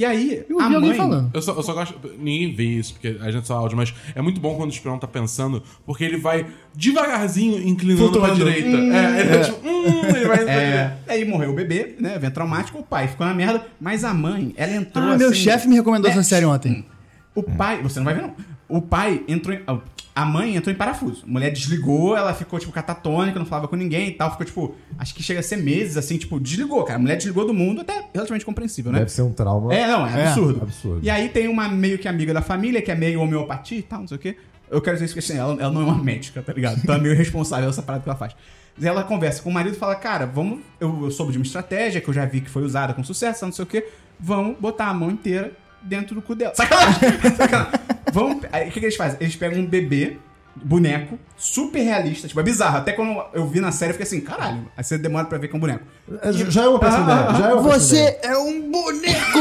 E aí, Eu a ouvi alguém mãe... falando. Eu só gosto. Ninguém vê isso, porque a gente só áudio, mas é muito bom quando o espião tá pensando, porque ele vai devagarzinho inclinando Flutuando. pra direita. Ele é tipo. Ele vai indo pra direita. Aí morreu o bebê, né? Evento traumático, o pai ficou na merda, mas a mãe, ela entrou Ah, assim... meu chefe me recomendou essa série ontem. O pai, você não vai ver não. O pai entrou em... A mãe entrou em parafuso. A mulher desligou, ela ficou, tipo, catatônica, não falava com ninguém e tal. Ficou, tipo, acho que chega a ser meses, assim, tipo, desligou, cara. A mulher desligou do mundo, até relativamente compreensível, né? Deve ser um trauma. É absurdo. absurdo. E aí tem uma meio que amiga da família, que é meio homeopatia e tal, não sei o quê. Eu quero dizer isso porque, assim, ela não é uma médica, tá ligado? Então é meio responsável essa parada que ela faz. E ela conversa com o marido e fala, cara, vamos... Eu soube de uma estratégia que eu já vi que foi usada com sucesso, não sei o quê. Vamos botar a mão inteira dentro do cu dela. Sacanagem! Sacanagem. Aí, o que eles fazem? Eles pegam um bebê, boneco, super realista, tipo, é bizarro. Até quando eu vi na série, eu fiquei assim, caralho. Aí você demora pra ver que é um boneco. Já é uma péssima ideia. Já é uma péssima ideia. Você é um boneco!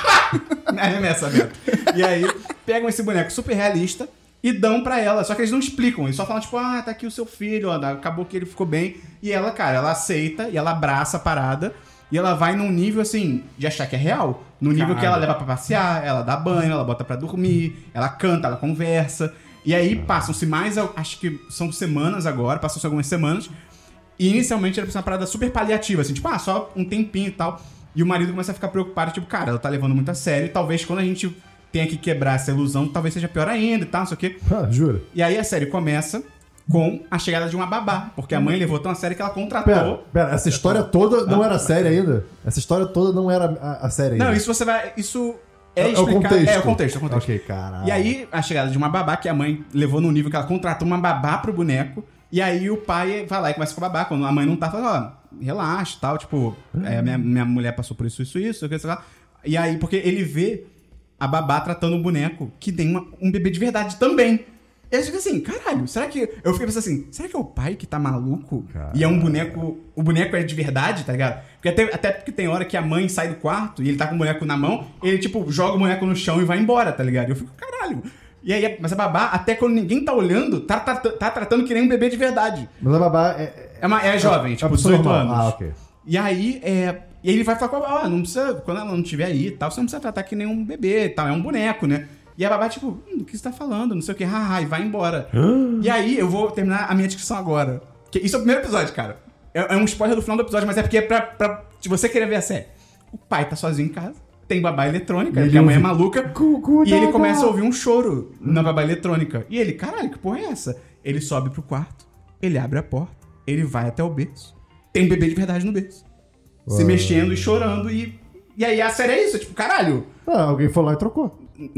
Arremessamento. E aí, pegam esse boneco super realista e dão pra ela. Só que eles não explicam. Eles só falam, tipo, tá aqui o seu filho, ó, acabou que ele ficou bem. E ela, cara, ela aceita e ela abraça a parada. E ela vai num nível, assim, de achar que é real. No nível que ela leva pra passear, ela dá banho, ela bota pra dormir, ela canta, ela conversa. E aí passam-se mais, acho que são semanas agora, passam-se algumas semanas. E inicialmente era pra ser uma parada super paliativa, assim, tipo, só um tempinho e tal. E o marido começa a ficar preocupado, tipo, cara, ela tá levando muito a sério. E talvez quando a gente tenha que quebrar essa ilusão, talvez seja pior ainda e tal, não sei o quê. Jura? E aí a série começa com a chegada de uma babá. Porque a mãe levou tão a sério que ela contratou. Pera, essa história toda não era série ainda? Essa história toda não era a série ainda? Não, isso você vai... Isso é o explicado. contexto. É o contexto. Ok, caralho. E aí, a chegada de uma babá, que a mãe levou num nível que ela contratou uma babá pro boneco. E aí o pai vai lá e conversa com a babá. Quando a mãe não tá, fala, relaxa e tal. Tipo, minha mulher passou por isso, sei lá. E aí, porque ele vê a babá tratando o boneco que tem um bebê de verdade também. E eu fico assim, caralho, será que... Eu fiquei pensando assim, será que é o pai que tá maluco? Caralho. E é um boneco... O boneco é de verdade, tá ligado? Porque até porque tem hora que a mãe sai do quarto e ele tá com o boneco na mão, ele, tipo, joga o boneco no chão e vai embora, tá ligado? E eu fico, caralho. E aí, mas a babá, até quando ninguém tá olhando, tá tratando que nem um bebê de verdade. Mas a babá é jovem, tipo, 18 anos. Ok. E aí, e aí ele vai falar com a babá, não precisa... Quando ela não estiver aí e tal, você não precisa tratar que nem um bebê e tal, é um boneco, né? E a babá, tipo, do que você tá falando? Não sei o que, e vai embora. E aí, eu vou terminar a minha descrição agora. Isso é o primeiro episódio, cara. É um spoiler do final do episódio, mas é porque é pra se você querer ver a série. O pai tá sozinho em casa, tem babá eletrônica, porque a mãe é maluca, e ele começa a ouvir um choro na babá eletrônica. E ele, caralho, que porra é essa? Ele sobe pro quarto, ele abre a porta, ele vai até o berço. Tem um bebê de verdade no berço. Se mexendo e chorando, e aí a série é isso, tipo, caralho. Alguém foi lá e trocou.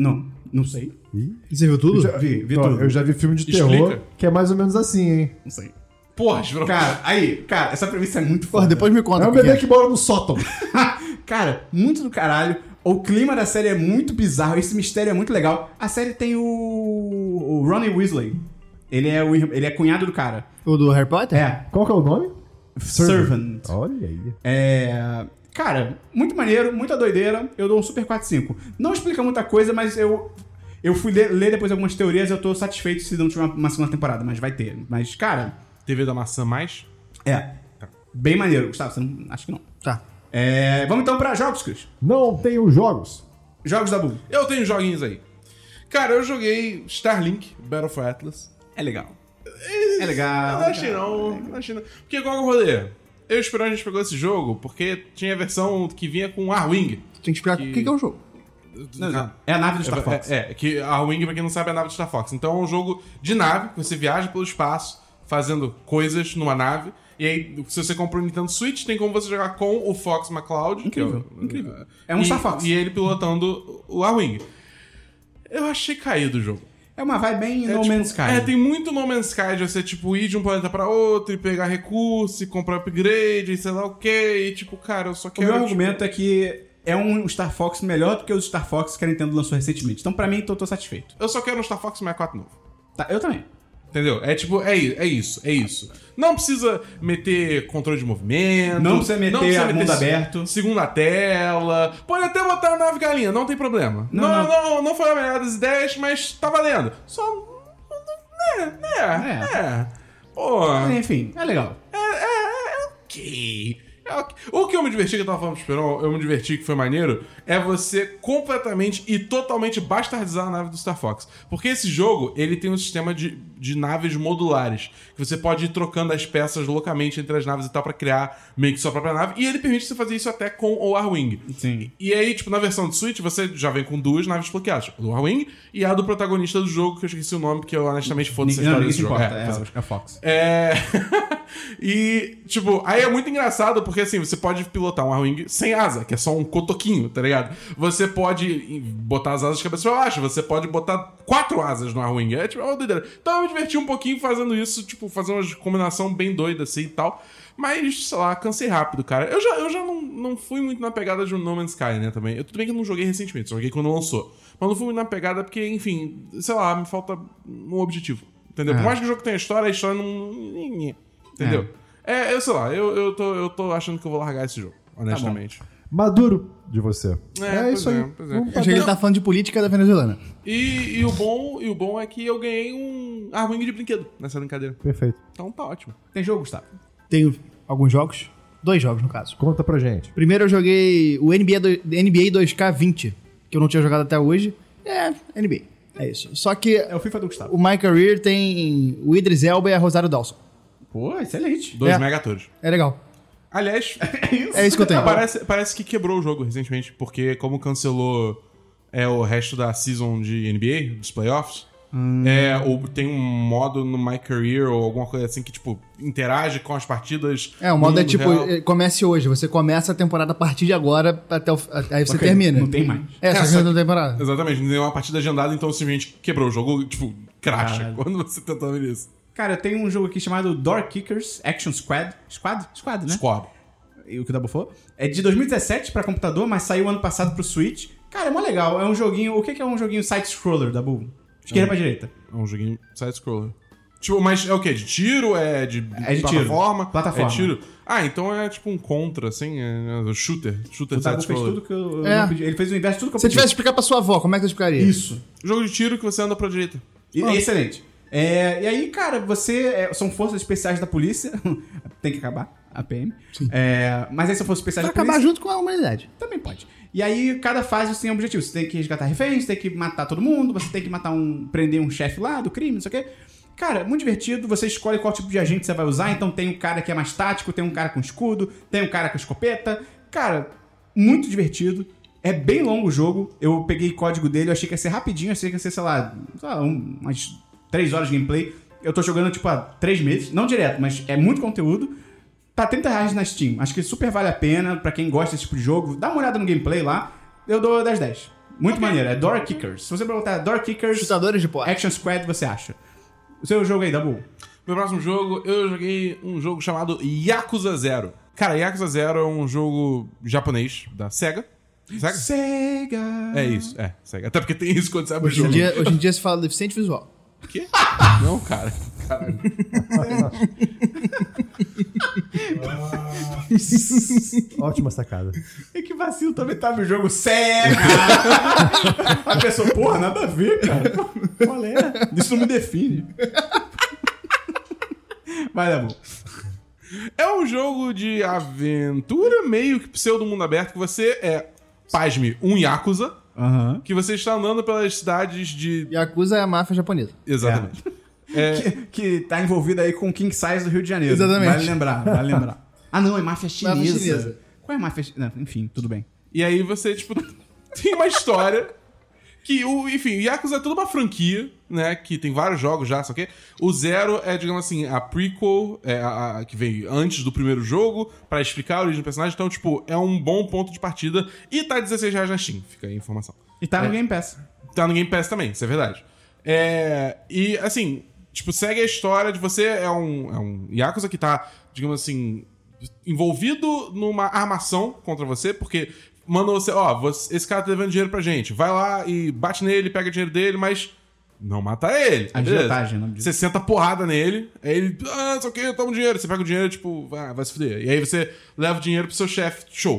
Não sei. Você viu tudo? Vi tudo. Eu já vi filme de terror Explica. que é mais ou menos assim, hein? Não sei. Porra, Cara, essa premissa é muito Porra, foda. depois me conta. É um bebê que mora no sótão. Cara, muito do caralho. O clima da série é muito bizarro. Esse mistério é muito legal. A série tem o Ronnie Weasley. Ele é cunhado do cara. O do Harry Potter? É. Qual que é o nome? Servant. Olha aí. Cara, muito maneiro, muita doideira. Eu dou um super 4/5. Não explica muita coisa, mas eu fui ler depois algumas teorias e eu tô satisfeito se não tiver uma segunda temporada, mas vai ter. Mas, cara... TV da Maçã mais? Bem maneiro. Gustavo, você não... Acho que não. Tá. Vamos então pra jogos, Chris. Não tenho jogos. Jogos da Bull. Eu tenho joguinhos aí. Cara, eu joguei Starlink, Battle for Atlas. É legal. É legal. Eu não achei não. Porque qual é o rolê? Eu e o Esperão, a gente pegou esse jogo porque tinha a versão que vinha com Arwing. Tem que explicar o que é o jogo. É a nave do Star Fox. Que a Arwing, pra quem não sabe, é a nave do Star Fox. Então é um jogo de nave, que você viaja pelo espaço, fazendo coisas numa nave. E aí, se você compra o Nintendo Switch, tem como você jogar com o Fox McCloud. Incrível. É um Star Fox. E ele pilotando o Arwing. Eu achei caído o jogo. É uma vibe bem No Man's Sky. Tem muito No Man's Sky de você, tipo, ir de um planeta pra outro e pegar recurso e comprar upgrade e sei lá o quê. E, tipo, cara, eu só quero... O meu argumento é que é um Star Fox melhor do que os Star Fox que a Nintendo lançou recentemente. Então, pra mim, tô satisfeito. Eu só quero um Star Fox 64 novo. Tá, eu também. Entendeu? É tipo, é isso. Não precisa meter controle de movimento. Não precisa meter mundo aberto. Segunda tela. Pode até botar a nave galinha, não tem problema. Não foi a melhor das ideias, mas tá valendo. Só... Pô... Enfim, é legal. Ok. O que eu me diverti, que eu tava falando pro Esperon, eu me diverti, que foi maneiro, é você completamente e totalmente bastardizar a nave do Star Fox. Porque esse jogo, ele tem um sistema de naves modulares, que você pode ir trocando as peças loucamente entre as naves e tal, pra criar meio que sua própria nave, e ele permite você fazer isso até com o Arwing. Sim. E aí, tipo, na versão de Switch, você já vem com duas naves desbloqueadas, a do Arwing e a do protagonista do jogo, que eu esqueci o nome, porque eu honestamente foda-se a história desse jogo. É a Fox. E, tipo, aí é muito engraçado porque, assim, você pode pilotar um Arwing sem asa, que é só um cotoquinho, tá ligado? Você pode botar as asas de cabeça pra baixo, você pode botar 4 asas no Arwing. É, tipo, é uma doideira. Então eu me diverti um pouquinho fazendo isso, tipo, fazer uma combinação bem doida, assim, e tal. Mas, sei lá, cansei rápido, cara. Eu já não fui muito na pegada de um No Man's Sky, né, também. Tudo bem que eu não joguei recentemente, só joguei quando lançou. Mas não fui muito na pegada porque, enfim, sei lá, me falta um objetivo, entendeu? Por mais que o jogo tenha história, a história não... Entendeu? Eu sei lá, eu tô achando que eu vou largar esse jogo, honestamente. Maduro de você. Pois isso aí. pois é. Eu achei que ele tá falando de política da venezuelana. E o bom é que eu ganhei um Arwing de brinquedo nessa brincadeira. Perfeito. Então tá ótimo. Tem jogo, Gustavo? Tenho alguns jogos. 2 jogos, no caso. Conta pra gente. Primeiro eu joguei o NBA 2K20, que eu não tinha jogado até hoje. NBA. É isso. Só que É o FIFA do Gustavo. o My Career tem o Idris Elba e a Rosário Dawson. Pô, excelente. 2 megatores. É legal. Aliás, É isso que eu tenho. parece que quebrou o jogo recentemente, porque como cancelou o resto da season de NBA, dos playoffs, tem um modo no My Career ou alguma coisa assim que, tipo, interage com as partidas. O modo é no tipo, real. comece hoje. Você começa a temporada a partir de agora até aí você termina. Não tem mais. Só que não tem temporada. Exatamente, não tem uma partida agendada, então simplesmente quebrou o jogo, tipo, cracha Caralho. quando você tenta ver isso. Cara, eu tenho um jogo aqui chamado Door Kickers Action Squad. Squad, né? Squad. E o que o Dabu falou. É de 2017 pra computador, mas saiu ano passado pro Switch. Cara, é mó legal. É um joguinho... O que é um joguinho side-scroller, Dabu? Esquerda pra direita. É um joguinho side-scroller. Tipo, mas é o quê? De tiro? É de plataforma. tiro? Plataforma. É tiro? Ah, então é tipo um contra, assim, shooter O Dabu fez side-scroller. tudo que eu É. não pedi. Ele fez o inverso de tudo que eu Se eu pedi. tivesse que explicar pra sua avó, como é que eu explicaria? Isso. Jogo de tiro que você anda pra direita. É excelente. E aí, cara, são forças especiais da polícia. Tem que acabar, a PM. Sim. Mas aí são forças especiais Pra da acabar polícia. junto com a humanidade. Também pode. E aí, cada fase você tem um objetivo. Você tem que resgatar reféns, você tem que matar todo mundo, você tem que prender um chefe lá do crime, não sei o quê. Cara, muito divertido. Você escolhe qual tipo de agente você vai usar. Então tem um cara que é mais tático, tem um cara com escudo, tem um cara com escopeta. Cara, muito divertido. É bem longo o jogo. Eu peguei o código dele, eu achei que ia ser rapidinho, achei que ia ser, sei lá umas 3 horas de gameplay. Eu tô jogando, tipo, há 3 meses. Não direto, mas é muito conteúdo. Tá R$30 na Steam. Acho que super vale a pena pra quem gosta desse tipo de jogo. Dá uma olhada no gameplay lá. Eu dou 10/10. Muito maneiro. É Door Kickers. Se você botar Door Kickers Chutadores de porta. Action Squad, você acha. O seu jogo aí, Dabu? Meu próximo jogo, eu joguei um jogo chamado Yakuza Zero. Cara, Yakuza Zero é um jogo japonês da SEGA. Sega. É isso, SEGA. Até porque tem isso quando você abre o Hoje em jogo. dia, se fala deficiente visual. O quê? Não, cara. Caralho. Ótima sacada. E que vacilo também tava o jogo Sega. A pessoa, porra, nada a ver, cara. Qual é? Isso não me define. Vai, Dabu. É um jogo de aventura meio que pseudo mundo aberto que você pasme, um Yakuza, que você está andando pelas cidades de... Yakuza é a máfia japonesa. Exatamente. Que tá envolvido aí com o King Size do Rio de Janeiro. Exatamente. Vale lembrar. Ah, não, é máfia chinesa. Máfia chinesa. Qual é a máfia chinesa? Enfim, tudo bem. E aí você, tipo, tem uma história que, enfim, o Yakuza é toda uma franquia, né, que tem vários jogos já, só que o Zero é, digamos assim, a prequel, que veio antes do primeiro jogo, pra explicar a origem do personagem, então, tipo, é um bom ponto de partida e tá R$16 na Steam, fica aí a informação. E tá no Game Pass. Tá no Game Pass também, isso é verdade. E, assim, tipo, segue a história de você, é um Yakuza que tá, digamos assim, envolvido numa armação contra você, porque mandou você, esse cara tá devendo dinheiro pra gente, vai lá e bate nele, pega dinheiro dele, mas não mata ele. Agiotagem, não diz. Você senta porrada nele, aí ele, não sei o que, toma o dinheiro, você pega o dinheiro, tipo, vai se fuder. E aí você leva o dinheiro pro seu chefe, show.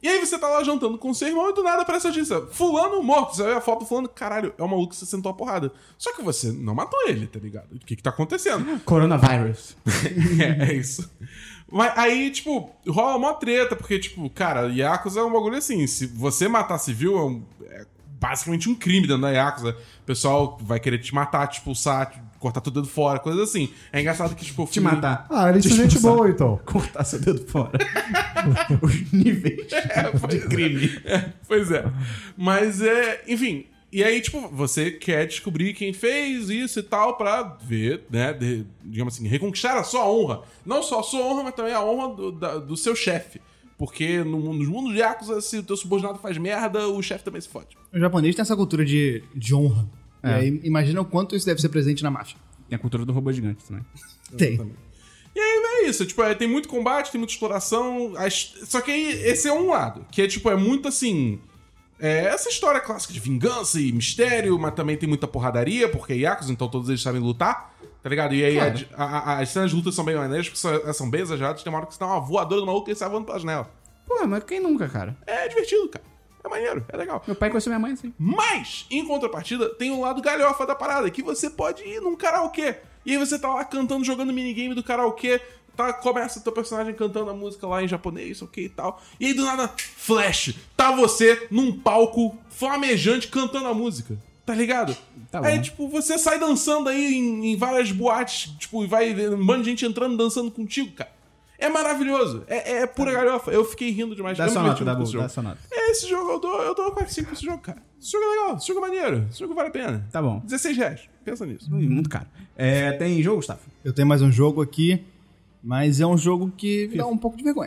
E aí você tá lá jantando com seu irmão e do nada aparece a notícia. Fulano morto. Você vê a foto do fulano, caralho, é o maluco que você sentou a porrada. Só que você não matou ele, tá ligado? O que tá acontecendo? Coronavírus. É isso. Mas aí, tipo, rola uma treta, porque, tipo, cara, Yakuza é um bagulho assim. Se você matar civil, é basicamente um crime dentro da Yakuza. O pessoal vai querer te matar, te expulsar, cortar teu dedo fora, coisas assim. É engraçado que, tipo... Te matar. Ah, eles são gente boa, então. Cortar seu dedo fora. Os níveis de crime. Pois é. Mas, enfim... E aí, tipo, você quer descobrir quem fez isso e tal pra ver, né, digamos assim, reconquistar a sua honra. Não só a sua honra, mas também a honra do seu chefe. Porque nos mundos de Yakuza, se o teu subordinado faz merda, o chefe também se fode. O japonês tem essa cultura de honra. É. E aí, imagina o quanto isso deve ser presente na máfia. Tem a cultura do robô gigante também. Tem. E aí é isso, tipo, tem muito combate, tem muita exploração, só que aí esse é um lado, que é tipo, é muito assim... essa história clássica de vingança e mistério, mas também tem muita porradaria, porque é Yakuza, então todos eles sabem lutar, tá ligado? E aí as cenas de luta são bem maneiras, porque são bem exageradas, tem uma hora que você dá uma voadora do maluco e ele sai voando pela janela. Pô, mas quem nunca, cara? É divertido, cara. É maneiro, é legal. Meu pai conheceu minha mãe assim. Mas, em contrapartida, tem um lado galhofa da parada, que você pode ir num karaokê. E aí você tá lá cantando, jogando minigame do karaokê, começa o teu personagem cantando a música lá em japonês, ok e tal. E aí do nada, flash, tá você num palco flamejante cantando a música. Tá ligado? Tá aí, bom. tipo, você sai dançando aí em várias boates, tipo, e vai um bando de gente entrando, dançando contigo, cara. É maravilhoso. É pura galhofa. Eu fiquei rindo demais. Dá Eu me sua diverti nota, muito com esse dá jogo. sua nota. Esse jogo eu dou 4/5 pra esse jogo, cara. Esse jogo é legal, esse jogo é maneiro, esse jogo vale a pena. Tá bom. R$16. Pensa nisso. Muito caro. Tem jogo, Gustavo? Eu tenho mais um jogo aqui, mas é um jogo que dá um pouco de vergonha.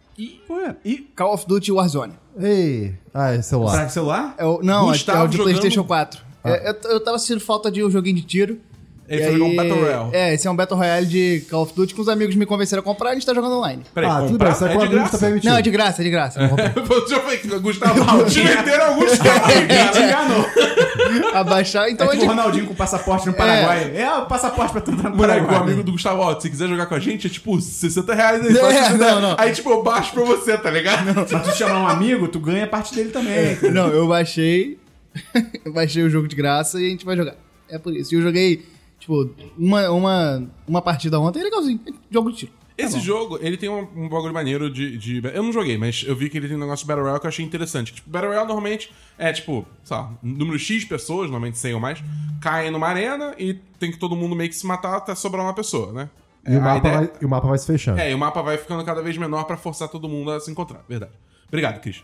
E Call of Duty Warzone. Ei. Ah, é celular. pra celular? Não, Gustavo é o de jogando- PlayStation 4. Eu tava sentindo falta de um joguinho de tiro. Ele E foi jogar um aí- Battle Royale. Esse é um Battle Royale de Call of Duty que os amigos me convenceram a comprar e a gente tá jogando online. Peraí, Tudo comprar bem, sai com é a de amigo, tá graça. permitido. Não, é de graça, é de graça. Não comprei. Já falei, Gustavo, o time inteiro é o Gustavo. Ninguém te enganou. Abaixar, então É é tipo o de... Ronaldinho com passaporte no Paraguai. É o passaporte pra tu entrar no Moleque, o Paraguai. amigo do Gustavo, ó, se quiser jogar com a gente, é tipo R$60 aí. Não. Aí, tipo, eu baixo pra você, tá ligado? Mas tu chamar um amigo, tu ganha parte dele também. Não, eu baixei. Baixei o jogo de graça e a gente vai jogar. É por isso. E eu joguei, tipo, uma partida ontem, é legalzinho. Jogo de tiro. Esse jogo, ele tem um bagulho maneiro de... Eu não joguei, mas eu vi que ele tem um negócio de Battle Royale que eu achei interessante. Tipo, Battle Royale normalmente é, tipo, sei lá, número X pessoas, normalmente 100 ou mais, caem numa arena e tem que todo mundo meio que se matar até sobrar uma pessoa, né? E o A mapa, ideia- e o mapa vai se fechando. E o mapa vai ficando cada vez menor pra forçar todo mundo a se encontrar. Verdade. Obrigado, Cris.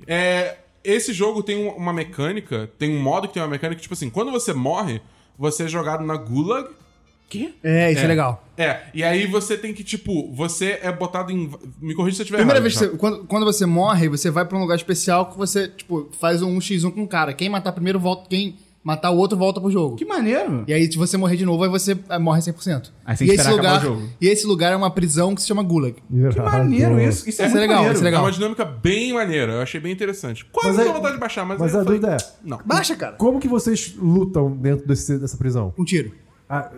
Esse jogo tem uma mecânica, tem um modo que tem uma mecânica, tipo assim, quando você morre, você é jogado na Gulag. Quê? Isso é legal. E aí você tem que, tipo, você é botado em... Me corrija se eu estiver Primeira errado. vez que você, quando você morre, você vai pra um lugar especial que você, tipo, faz um 1x1 com o cara. Quem matar primeiro volta, quem matar o outro volta pro jogo. Que maneiro. E aí, se você morrer de novo, aí você morre 100%. Aí você tem que esperar acabar o jogo. E esse lugar é uma prisão que se chama Gulag. Que maneiro isso. Isso é muito legal, maneiro. isso é legal. É uma dinâmica bem maneira, eu achei bem interessante. Quase Mas deu é- vontade de baixar, mas Mas eu a falei, dúvida não. Baixa, cara. Como que vocês lutam dentro dessa prisão? Um tiro. Ah,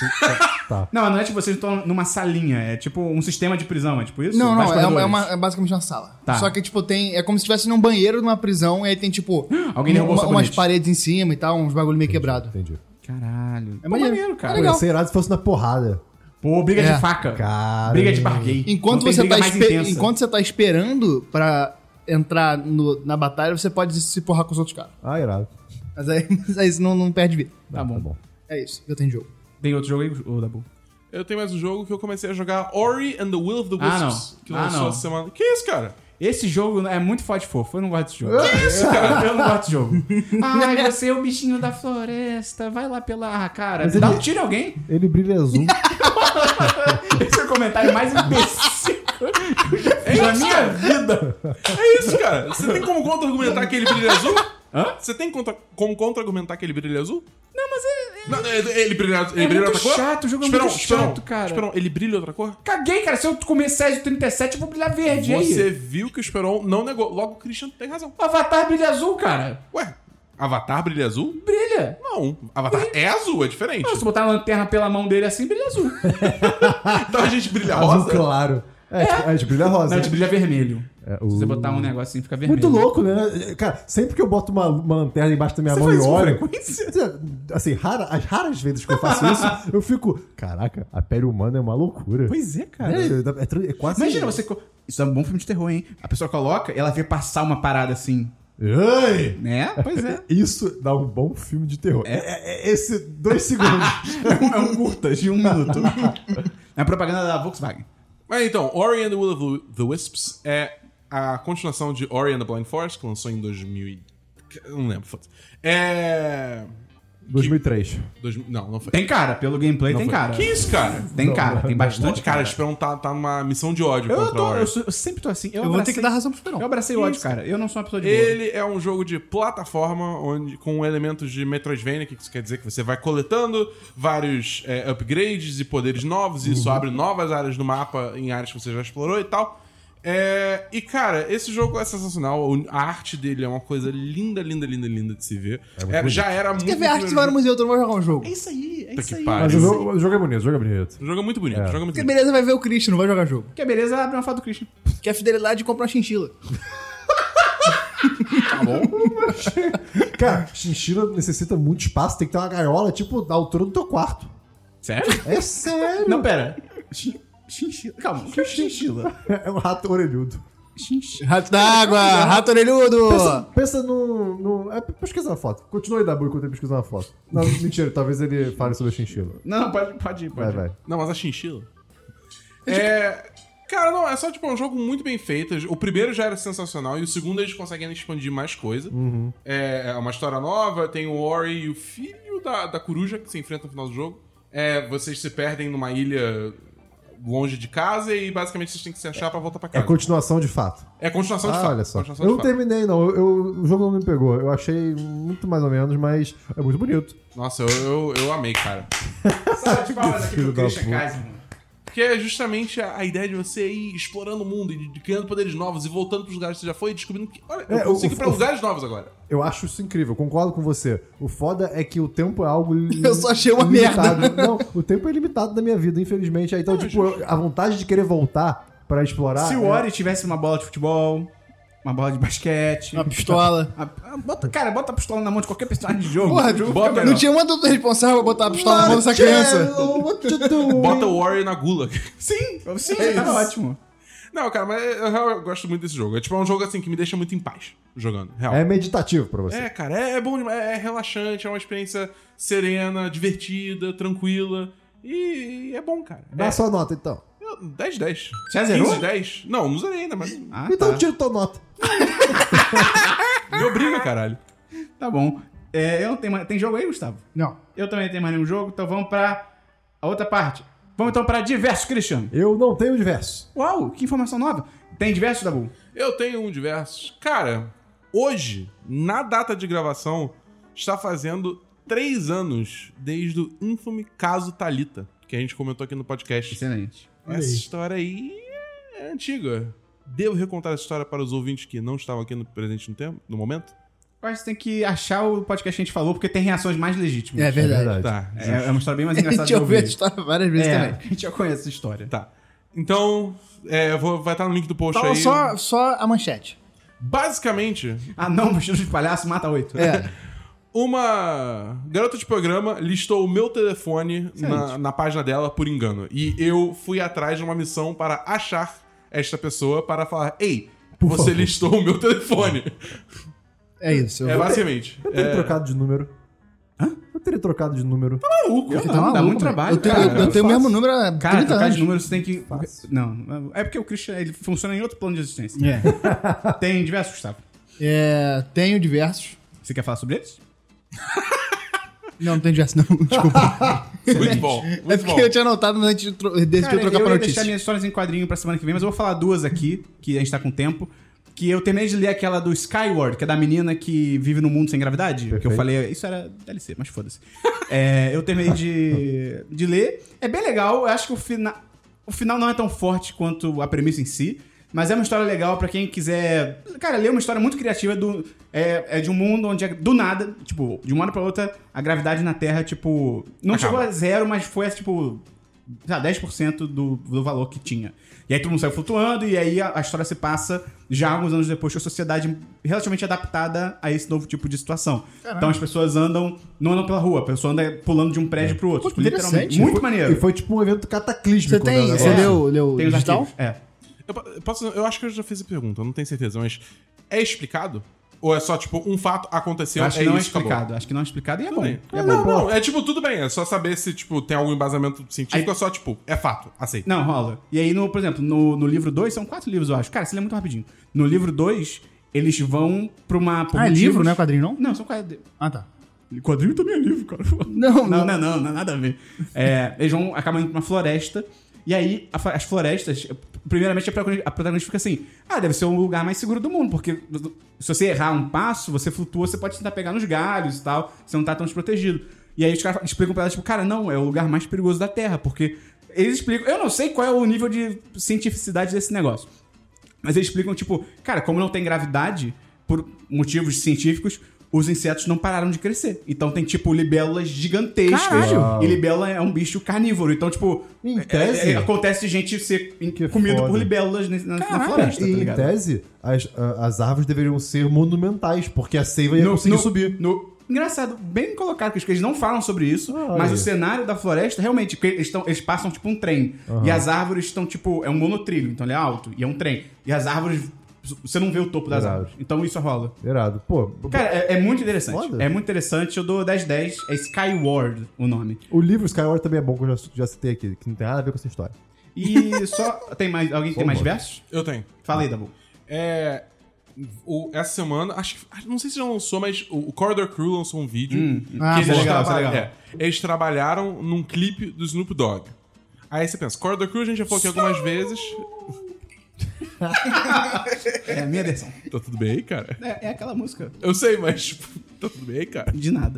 tá. Não é tipo vocês estão numa salinha. É tipo um sistema de prisão. É tipo isso? Não, Vários corredores. é basicamente uma sala. Tá. Só que, tipo, é como se estivesse num banheiro numa prisão e aí tem, tipo, Alguém derrubou o umas sabonete. paredes em cima e tal, uns bagulho meio quebrado. Entendi. Caralho. É maneiro, cara. É legal. Ia ser irado se fosse na porrada. Pô, briga É. de faca. Cara. Briga de bar gay. Enquanto Não tem você, briga tá mais intensa. enquanto você tá esperando pra entrar na batalha, você pode se porrar com os outros caras. Ah, irado. Mas aí você não perde vida. Tá bom. É isso, eu tenho jogo. Tem outro jogo aí, ô Dabu? Eu tenho mais um jogo que eu comecei a jogar, Ori and the Will of the Wisps. Ah, não. Que lançou não. essa semana. Que isso, cara? Esse jogo é muito forte fofo. Eu não gosto desse jogo. Que isso, cara? Eu não gosto desse jogo. Ai, você é o bichinho da floresta. Vai lá pela... cara, Mas dá ele- um tiro em alguém. Ele brilha azul. Esse é o comentário mais imbecil que eu já fiz na minha vida. É isso, cara. Você tem como contra-argumentar que ele brilha azul? Hã? Você tem como contra-argumentar que ele brilha azul? Não, mas Não, ele brilha muito outra cor? chato, o jogo é Esperão, muito Esperão, chato, cara. Esperão, ele brilha outra cor? Caguei, cara. Se eu comer Césio 37, eu vou brilhar verde. E Você aí? viu que o Esperon não negou. Logo, o Christian tem razão. O Avatar brilha azul, cara. Ué, Avatar brilha azul? Brilha. Não, Avatar é azul, é diferente. Se botar a lanterna pela mão dele assim, brilha azul. Então a gente brilha Azul rosa. claro. Tipo, a gente brilha rosa. Não, a gente brilha vermelho. Se você botar um negócio assim, fica vermelho. Muito louco, né? Cara, sempre que eu boto uma lanterna embaixo da minha Você mão faz e isso com olho... frequência? Assim, as raras vezes que eu faço isso, eu fico... Caraca, a pele humana é uma loucura. Pois é, cara. É quase... Imagina você... Isso é um bom filme de terror, hein? A pessoa coloca e ela vê passar uma parada assim. Ai! Né? Pois é. Isso dá um bom filme de terror. Esse 2 segundos. É um curta de 1 minuto. É a propaganda da Volkswagen. Mas então, Ori and the Will of the Wisps é a continuação de Ori and the Blind Forest, que lançou em 2000 eu não lembro, foda-se. 2003. Não foi. Tem cara, pelo gameplay Não tem foi. cara. Que isso, cara? Tem cara, tem bastante Cara, Esperão tá numa missão de ódio Eu, contra Ori. eu sempre tô assim. Eu vou ter que dar razão pro Esperão. Eu abracei o ódio, cara. Eu não sou uma pessoa de boa. Ele é um jogo de plataforma com elementos de Metroidvania, que isso quer dizer que você vai coletando vários upgrades e poderes novos, e isso abre novas áreas do mapa em áreas que você já explorou e tal. E, cara, esse jogo é sensacional. A arte dele é uma coisa linda, linda, linda, linda de se ver. Já era muito... Quer ver arte que vai no museu, tu não vai jogar um jogo. É isso aí, Puta que aí. pariu. Mas o jogo é bonito, o jogo é bonito. O jogo é muito bonito. O jogo é muito Porque bonito. beleza, vai ver o Christian, não vai jogar jogo. Que beleza, abre uma foto do Christian. Quer fidelidade, compra uma chinchila. Tá bom? Cara, chinchila necessita muito espaço, tem que ter uma gaiola, tipo, da altura do teu quarto. Sério? É sério. Não, pera. Chinchila. Calma, o que é chinchila? É um rato orelhudo. Chinchila. Rato d'água, rato orelhudo. Pensa no... pesquisa uma foto. Continua aí, Dabu, enquanto ele pesquisa uma foto. Não, mentira, talvez ele fale sobre a chinchila. Não, pode ir. Vai. Não, mas a chinchila... Cara, não, é só tipo um jogo muito bem feito. O primeiro já era sensacional e o segundo eles conseguem expandir mais coisa. É uma história nova, tem o Ori e o filho da coruja que se enfrentam no final do jogo. Vocês se perdem numa ilha longe de casa e basicamente vocês têm que se achar pra voltar pra É casa. continuação de fato. É continuação de fato. Olha só. Continuação Eu de não fato. terminei, não. O jogo não me pegou. Eu achei muito mais ou menos, mas é muito bonito. Nossa, eu amei, cara. Salve de palmas aqui Filho pro da Christian puta. Kaiser, mano. Porque é justamente a ideia de você ir explorando o mundo e criando poderes novos e voltando pros lugares que você já foi e descobrindo que, olha, eu consigo ir pra lugares novos agora. Eu acho isso incrível, concordo com você. O foda é que o tempo é algo Eu só achei uma limitado. merda. Não, o tempo é limitado da minha vida, infelizmente. Aí, então, a vontade de querer voltar pra explorar... Se o Ori tivesse uma bola de futebol, uma bola de basquete... Uma pistola. Bota a pistola na mão de qualquer personagem de jogo. Porra, O jogo bota fica não melhor. tinha um adulto responsável pra botar a pistola na mão dessa criança. Bota o Ori na gula. Sim, tá ótimo. Não, cara, mas eu gosto muito desse jogo. É tipo um jogo assim que me deixa muito em paz jogando. Real. É meditativo pra você. Cara, é bom demais. É relaxante, é uma experiência serena, divertida, tranquila. E é bom, cara. Dá sua nota, então. 10-10. Já zerou? 15-10. Não zerei ainda, mas. Ah, Então tá. tira tua nota. Me obriga, caralho. Tá bom. Eu não tenho tem jogo aí, Gustavo? Não. Eu também tenho mais nenhum jogo, então vamos pra a outra parte. Vamos então pra diversos, Christian. Eu não tenho diversos. Uau, que informação nova. Tem diversos, Dabu? Eu tenho um diversos. Cara, hoje, na data de gravação, está fazendo 3 anos desde o infame caso Thalita, que a gente comentou aqui no podcast. Excelente. Essa história aí é antiga. Devo recontar essa história para os ouvintes que não estavam aqui no presente no momento? Eu acho que você tem que achar o podcast que a gente falou, porque tem reações mais legítimas. É verdade. Tá. É uma história bem mais A engraçada gente de ouviu a ouvir. história várias vezes também. A gente já conhece essa história. Tá. Então, vai estar no link do post aí. Só a manchete. Basicamente, Ah, não, vestido de palhaço mata 8. uma garota de programa listou o meu telefone na página dela por engano. E eu fui atrás de uma missão para achar esta pessoa para falar: ei, você favor. listou o meu telefone. É isso. Basicamente. Eu teria trocado de número. Eu teria trocado de número. Maluco, Você tá dá maluco, muito mano. trabalho, Eu tenho, cara. eu tenho o mesmo número há 30 Cara, trocar anos. de número você tem que... Não, é porque o Christian ele funciona em outro plano de existência. É. Tem diversos, Gustavo. Tenho diversos. Você quer falar sobre eles? Não tenho diversos, não. Desculpa. Muito bom. É Muito porque bom. eu tinha anotado, mas a gente decidiu Cara, trocar eu pra ia notícia. deixar minhas histórias em quadrinho pra semana que vem, mas eu vou falar duas aqui, que a gente tá com tempo. Que eu terminei de ler aquela do Skyward, que é da menina que vive no mundo sem gravidade. Perfeito. Que eu falei, isso era DLC, mas foda-se. Eu terminei de ler. É bem legal, eu acho que o final não é tão forte quanto a premissa em si. Mas é uma história legal pra quem quiser... Cara, ler uma história muito criativa de um mundo onde, do nada, tipo, de uma hora pra outra, a gravidade na Terra, tipo... Não Acaba. chegou a zero, mas foi, tipo... sei lá, 10% do valor que tinha. E aí todo mundo saiu flutuando, e aí a história se passa já alguns anos depois com a sociedade relativamente adaptada a esse novo tipo de situação. Caramba. Então as pessoas não andam pela rua, a pessoa anda pulando de um prédio pro outro. Pô, Tipo, literalmente. interessante. Muito maneiro. E foi tipo um evento cataclísmico. Você tem. né, Você negócio. leu Tem os digital? arquivos. É. Eu acho que eu já fiz a pergunta, eu não tenho certeza, mas é explicado? Ou é só, tipo, um fato aconteceu, Acho é que não é isso, acabou? explicado. Acho que não é explicado e é Tudo bom. bem. É Não, bom. não, é tipo, tudo bem, é só saber se, tipo, tem algum embasamento científico Aí- ou só, tipo, é fato, aceita. Não, rola. E aí, por exemplo, no livro 2, são 4 livros, eu acho. Cara, você lê muito rapidinho. No livro 2, eles vão pra uma... por Ah, é motivos- livro, não é quadrinho, não? Não, são quadrinhos. Ah, tá. Quadrinho também é livro, cara. Não, Não, nada a ver. Eles acabam indo pra uma floresta, e aí as florestas, primeiramente a protagonista fica assim, deve ser o lugar mais seguro do mundo, porque se você errar um passo, você flutua, você pode tentar pegar nos galhos e tal, você não tá tão desprotegido. E aí os caras explicam pra ela, tipo, cara, não, é o lugar mais perigoso da Terra, porque eles explicam, eu não sei qual é o nível de cientificidade desse negócio, mas eles explicam, tipo, cara, como não tem gravidade, por motivos científicos, os insetos não pararam de crescer. Então tem, tipo, libélulas gigantescas. Caralho! E libélula é um bicho carnívoro. Então, tipo, Em tese- acontece de gente ser Que comido foda. por libélulas na floresta, tá E em ligado? tese, as árvores deveriam ser monumentais, porque a seiva ia conseguir subir. Engraçado, bem colocado, porque eles não falam sobre isso, mas aí. o cenário da floresta, realmente, porque eles passam tipo um trem. E as árvores estão, tipo, é um monotrilho, então ele é alto, e é um trem. E as árvores, você não vê o topo das Irado. árvores. Então isso rola. Irado. Pô, Cara, é muito interessante. Foda. É muito interessante. Eu dou 10/10. É Skyward o nome. o livro Skyward também é bom, que eu já citei aqui, que não tem nada a ver com essa história. E só. Tem mais. Alguém que tem mais Vamos. versos? Eu tenho. Fala aí, Dabu. Essa semana, não sei se já lançou, mas o Corridor Crew lançou um vídeo. Ah, que isso eles é legal, isso é traba- legal. eles trabalharam num clipe do Snoop Dogg. Aí você pensa, Corridor Crew a gente já falou aqui algumas vezes. É a minha versão. Tá tudo bem aí, cara? É aquela música. Eu sei, mas tipo, tá tudo bem aí, cara? De nada.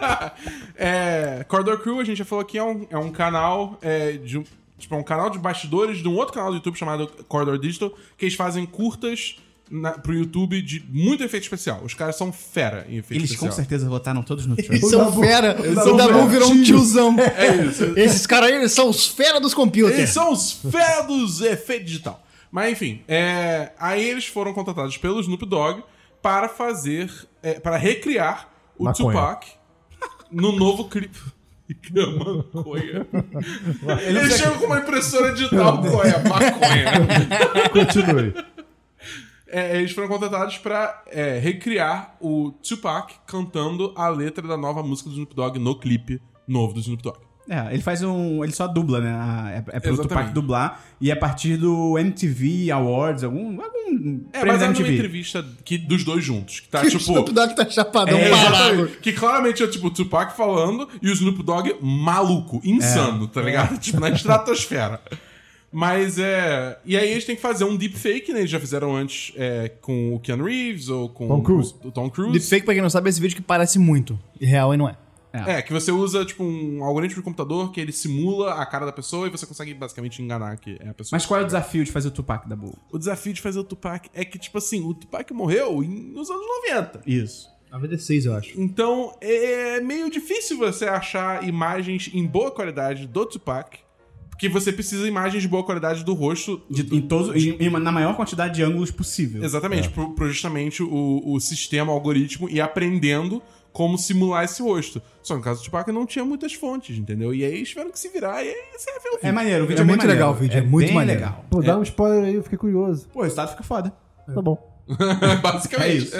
Corridor Crew, a gente já falou aqui, é um canal tipo, é um canal de bastidores de um outro canal do YouTube chamado Corridor Digital, que eles fazem curtas pro YouTube de muito efeito especial. Os caras são fera em efeito Eles especial. com certeza votaram todos no Eles Trump. são Dabu- fera. Dabu O Dabu virou virou um tio. tiozão. É isso. Esses caras aí, eles são os fera dos computers. Eles são os fera dos efeitos digital. Mas enfim, aí eles foram contratados pelo Snoop Dogg para fazer, para recriar o Maconha. Tupac no novo clipe. Maconha. Ele chega com uma impressora digital. Qual é? Maconha. Continue. Eles foram contratados para recriar o Tupac cantando a letra da nova música do Snoop Dogg no clipe novo do Snoop Dogg. Ele faz ele só dubla, né? É pro Exatamente. Tupac dublar. E é a partir do MTV Awards, algum prêmio Mas da é uma MTV. entrevista dos dois juntos. Que tá O tipo. Snoop Dogg tá chapadão Exatamente. parado. Que claramente é tipo o Tupac falando e o Snoop Dogg maluco, insano, tá ligado? Tipo, na estratosfera. Mas E aí eles têm que fazer um deepfake, né? Eles já fizeram antes com o Keanu Reeves ou com Tom Cruise. o Tom Cruise. Deepfake, pra quem não sabe, é esse vídeo que parece muito. E real e não é. Que você usa, tipo, um algoritmo de computador que ele simula a cara da pessoa e você consegue basicamente enganar que é a pessoa. Mas qual é o desafio de fazer o Tupac, Dabu? O desafio de fazer o Tupac é que, tipo assim, o Tupac morreu nos anos 90. Isso. 96, eu acho. Então, é meio difícil você achar imagens em boa qualidade do Tupac, porque você precisa de imagens de boa qualidade do rosto. Na maior quantidade de ângulos possível. Exatamente, pro justamente o sistema, o algoritmo, ir aprendendo como simular esse rosto. Só que no caso do Tupac não tinha muitas fontes, entendeu? E aí eles tiveram que se virar e aí você vai ver o vídeo. É maneiro, o vídeo É é, bem muito maneiro. legal o vídeo, é muito bem maneiro. legal. Pô, dá um spoiler aí, eu fiquei curioso. Pô, o resultado fica foda. Tá bom. Basicamente. É isso.